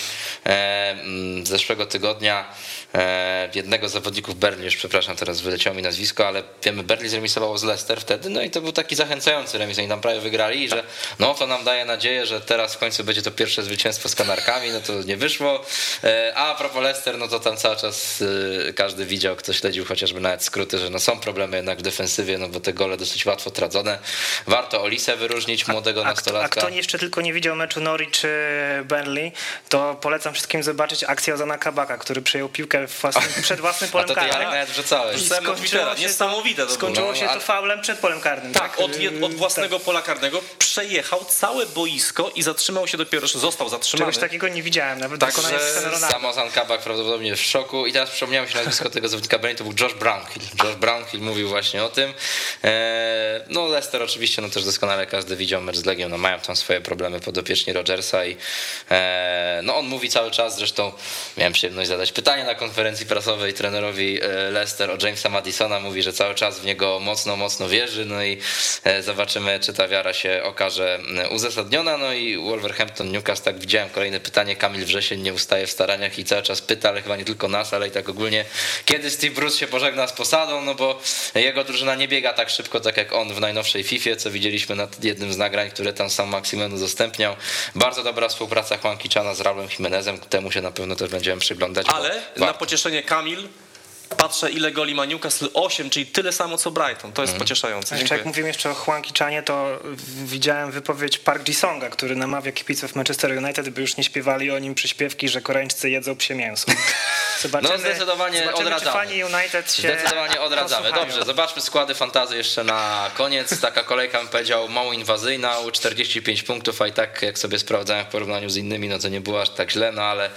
z zeszłego tygodnia jednego z zawodników Burnley, już przepraszam, teraz wyleciało mi nazwisko, ale wiemy, Burnley zremisowało z Leicester wtedy, i to był taki zachęcający remis, oni tam prawie wygrali i że to nam daje nadzieję, że teraz w końcu będzie to pierwsze zwycięstwo z Kanarkami, to nie wyszło, a propos Leicester, to tam cały czas każdy widział, kto śledził chociażby nawet skróty, że są problemy jednak w defensywie, bo te gole dosyć łatwo tracone. Warto Olisę wyróżnić, młodego nastolatka. A kto jeszcze tylko nie widział meczu Norwich czy Burnley, to polecam wszystkim zobaczyć akcję Ozana Kabaka, który przejął piłkę przed własnym polem karnym. A to ty nawet wrzucałeś. Skończyło się to faulem przed polem karnym. Tak, od własnego pola karnego przejechał całe boisko i zatrzymał się dopiero, został zatrzymany. Czegoś takiego nie widziałem, nawet także sam Ozan Kabak prawdopodobnie w szoku i teraz przypomniałem się nazwisko tego zawodnika Burnley, to był Josh Brownhill. Josh Brownhill mówił właśnie o tym. Leicester oczywiście też doskonale każdy widział mecz z Legią, mają tam swoje problemy podopieczni Rodgersa i on mówi cały czas, zresztą miałem przyjemność zadać pytanie na konferencji prasowej trenerowi Leicester o Jamesa Maddisona, mówi, że cały czas w niego mocno wierzy, i zobaczymy, czy ta wiara się okaże uzasadniona. I Wolverhampton Newcastle, tak widziałem kolejne pytanie, Kamil Wrzesień nie ustaje w staraniach i cały czas pyta, ale chyba nie tylko nas, ale i tak ogólnie, kiedy Steve Bruce się pożegna z posadą, bo jego drużyna nie biega tak szybko, tak jak on w najnowszej Fifie, co widzieliśmy na jednym z nagrań, które tam sam Maximen udostępniał. Bardzo dobra współpraca Juan Kichana z Raulem Jimenezem, temu się na pewno też będziemy przyglądać. Ale na pocieszenie Kamil, patrzę ile goli ma Newcastle, 8, czyli tyle samo co Brighton, to jest pocieszające. Jeszcze jak mówimy jeszcze o Juan Kichanie, to widziałem wypowiedź Park Ji-songa, który namawia kibiców Manchester United, by już nie śpiewali o nim przyśpiewki, że Koreańczycy jedzą psie mięso. Zobaczymy, No zdecydowanie odradzamy. Czy fani United się Zdecydowanie odradzamy. posłuchają. Dobrze, zobaczmy składy fantasy jeszcze na koniec. Taka kolejka, bym powiedział, mało inwazyjna, 45 punktów, a i tak jak sobie sprawdzałem w porównaniu z innymi, no to nie było aż tak źle, no ale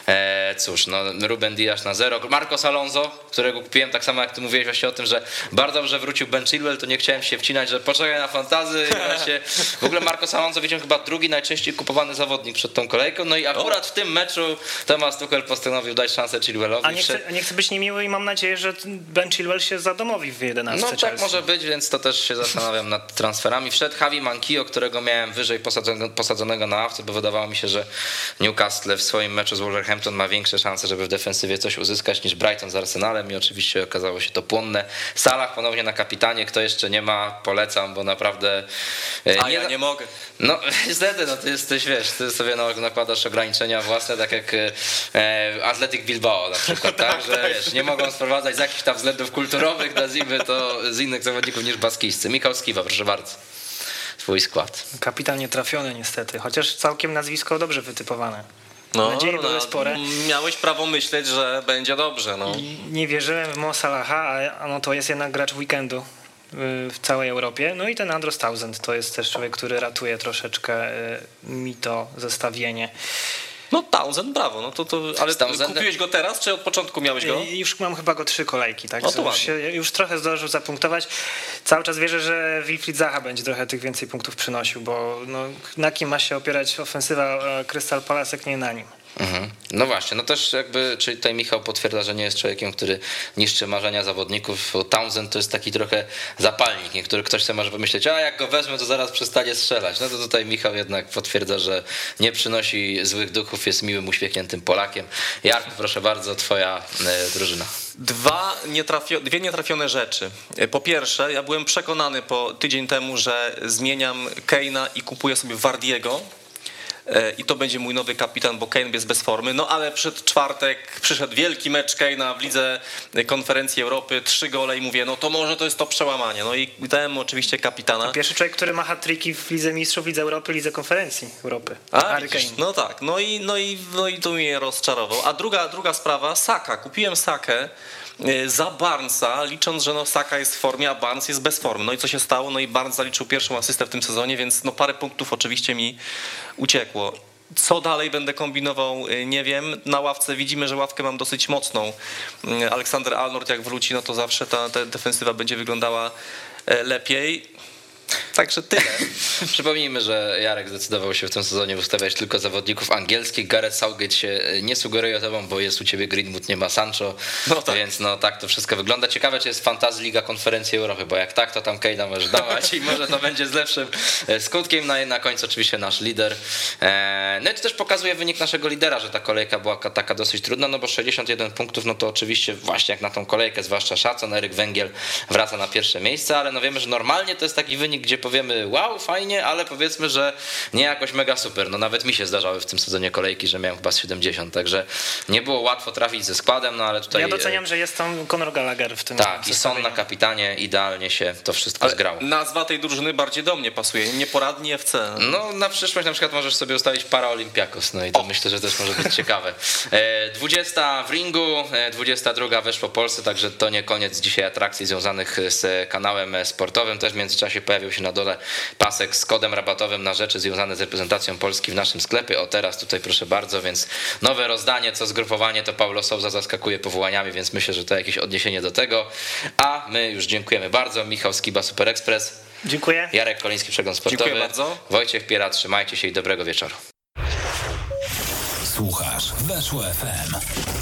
cóż, no Ruben Dias na 0. Marcos Alonso, którego kupiłem, tak samo jak ty mówiłeś właśnie o tym, że bardzo dobrze wrócił Ben Chilwell, to nie chciałem się wcinać, że poczekaj na fantasy. W ogóle Marcos Alonso widziałem chyba drugi najczęściej kupowany zawodnik przed tą kolejką, no i akurat w tym meczu Thomas Tuchel postanowił dać szansę Chilwellowi. A nie chcę być niemiły i mam nadzieję, że Ben Chilwell się zadomowi w 11. No tak może być, więc to też się zastanawiam nad transferami. Wszedł Javi Mankio, którego miałem wyżej posadzonego na ławce, bo wydawało mi się, że Newcastle w swoim meczu z Wolverhampton ma większe szanse, żeby w defensywie coś uzyskać niż Brighton z Arsenalem i oczywiście okazało się to płonne. Salah ponownie na kapitanie, kto jeszcze nie ma, polecam, bo naprawdę... Ja nie mogę. No niestety, no ty jesteś, wiesz, ty sobie nakładasz ograniczenia własne, tak jak Athletic Bilbao na przykład, tak, że wiesz, nie mogą sprowadzać z jakichś tam względów kulturowych, nazwijmy to, z innych zawodników niż baskijscy. Michał Skiba, proszę bardzo, twój skład. Kapitan nie trafiony niestety, chociaż całkiem nazwisko dobrze wytypowane. Nadzieje były spore. Miałeś prawo myśleć, że będzie dobrze. No. Nie wierzyłem w Mo Salaha, a no to jest jednak gracz weekendu w całej Europie. No i ten Andros Townsend to jest też człowiek, który ratuje troszeczkę mi to zestawienie. No Townsend, brawo. No ale kupiłeś go teraz, czy od początku miałeś go? Już mam chyba go 3 kolejki, tak? No to już trochę zdążył zapunktować. Cały czas wierzę, że Wilfried Zaha będzie trochę tych więcej punktów przynosił, bo no, na kim ma się opierać ofensywa Crystal Palace, jak nie na nim. No właśnie, no też jakby, czyli tutaj Michał potwierdza, że nie jest człowiekiem, który niszczy marzenia zawodników. Townsend to jest taki trochę zapalnik, niektóry ktoś sobie może pomyśleć, a jak go wezmę, to zaraz przestanie strzelać. No to tutaj Michał jednak potwierdza, że nie przynosi złych duchów, jest miłym, uśmiechniętym Polakiem. Jarku, proszę bardzo, twoja drużyna. Dwie nietrafione rzeczy. Po pierwsze, ja byłem przekonany tydzień temu, że zmieniam Kane'a i kupuję sobie Wardiego. I to będzie mój nowy kapitan, bo Kane jest bez formy. No ale przed czwartek przyszedł wielki mecz Kane'a w Lidze Konferencji Europy, 3 gole i mówię, no to może to jest to przełamanie. No i dałem mu oczywiście kapitana. To pierwszy człowiek, który ma hat-tricki w Lidze Mistrzów, Lidze Europy, Lidze Konferencji Europy. No tak, no i tu mnie rozczarował. A druga sprawa, Saka. Kupiłem Sakę za Barnesa, licząc, że Saka jest w formie, a Barnes jest bez formy. No i co się stało? No i Barnes zaliczył pierwszą asystę w tym sezonie, więc no parę punktów oczywiście mi uciekło. Co dalej będę kombinował, nie wiem. Na ławce widzimy, że ławkę mam dosyć mocną. Aleksander Arnold jak wróci, no to zawsze ta defensywa będzie wyglądała lepiej. Także tyle. Przypomnijmy, że Jarek zdecydował się w tym sezonie ustawiać tylko zawodników angielskich. Gareth Southgate się nie sugeruje tobą, bo jest u ciebie Greenwood, nie ma Sancho, no tak. Więc no tak to wszystko wygląda. Ciekawe, czy jest Fantasy Liga Konferencji Europy, bo jak tak, to tam Kane'a możesz dawać i może to będzie z lepszym skutkiem. Na końcu oczywiście nasz lider. No i to też pokazuje wynik naszego lidera, że ta kolejka była taka dosyć trudna, no bo 61 punktów, no to oczywiście właśnie jak na tą kolejkę, zwłaszcza szacun, Eryk Węgiel wraca na pierwsze miejsce, ale no wiemy, że normalnie to jest taki wynik, gdzie powiemy wow, fajnie, ale powiedzmy, że nie jakoś mega super. No nawet mi się zdarzały w tym sezonie kolejki, że miałem chyba z 70, także nie było łatwo trafić ze składem, no ale tutaj... Ja doceniam, że jest tam Conor Gallagher w tym. Tak, i Son na kapitanie, idealnie się to wszystko zgrało. Nazwa tej drużyny bardziej do mnie pasuje, Nieporadni FC. No na przyszłość na przykład możesz sobie ustawić Paraolimpiakos, no i to myślę, że też może być ciekawe. 20 w ringu, 22 weszło Polsce, także to nie koniec dzisiaj atrakcji związanych z kanałem sportowym. Też w międzyczasie pojawił się na dole pasek z kodem rabatowym na rzeczy związane z reprezentacją Polski w naszym sklepie. O teraz tutaj proszę bardzo, więc nowe rozdanie, co zgrupowanie, to Paulo Sousa zaskakuje powołaniami, więc myślę, że to jakieś odniesienie do tego. A my już dziękujemy bardzo. Michał Skiba, Super Express. Dziękuję. Jarek Koliński, Przegląd Sportowy. Dziękuję bardzo. Wojciech Piera, trzymajcie się i dobrego wieczoru. Słuchasz Weszło FM.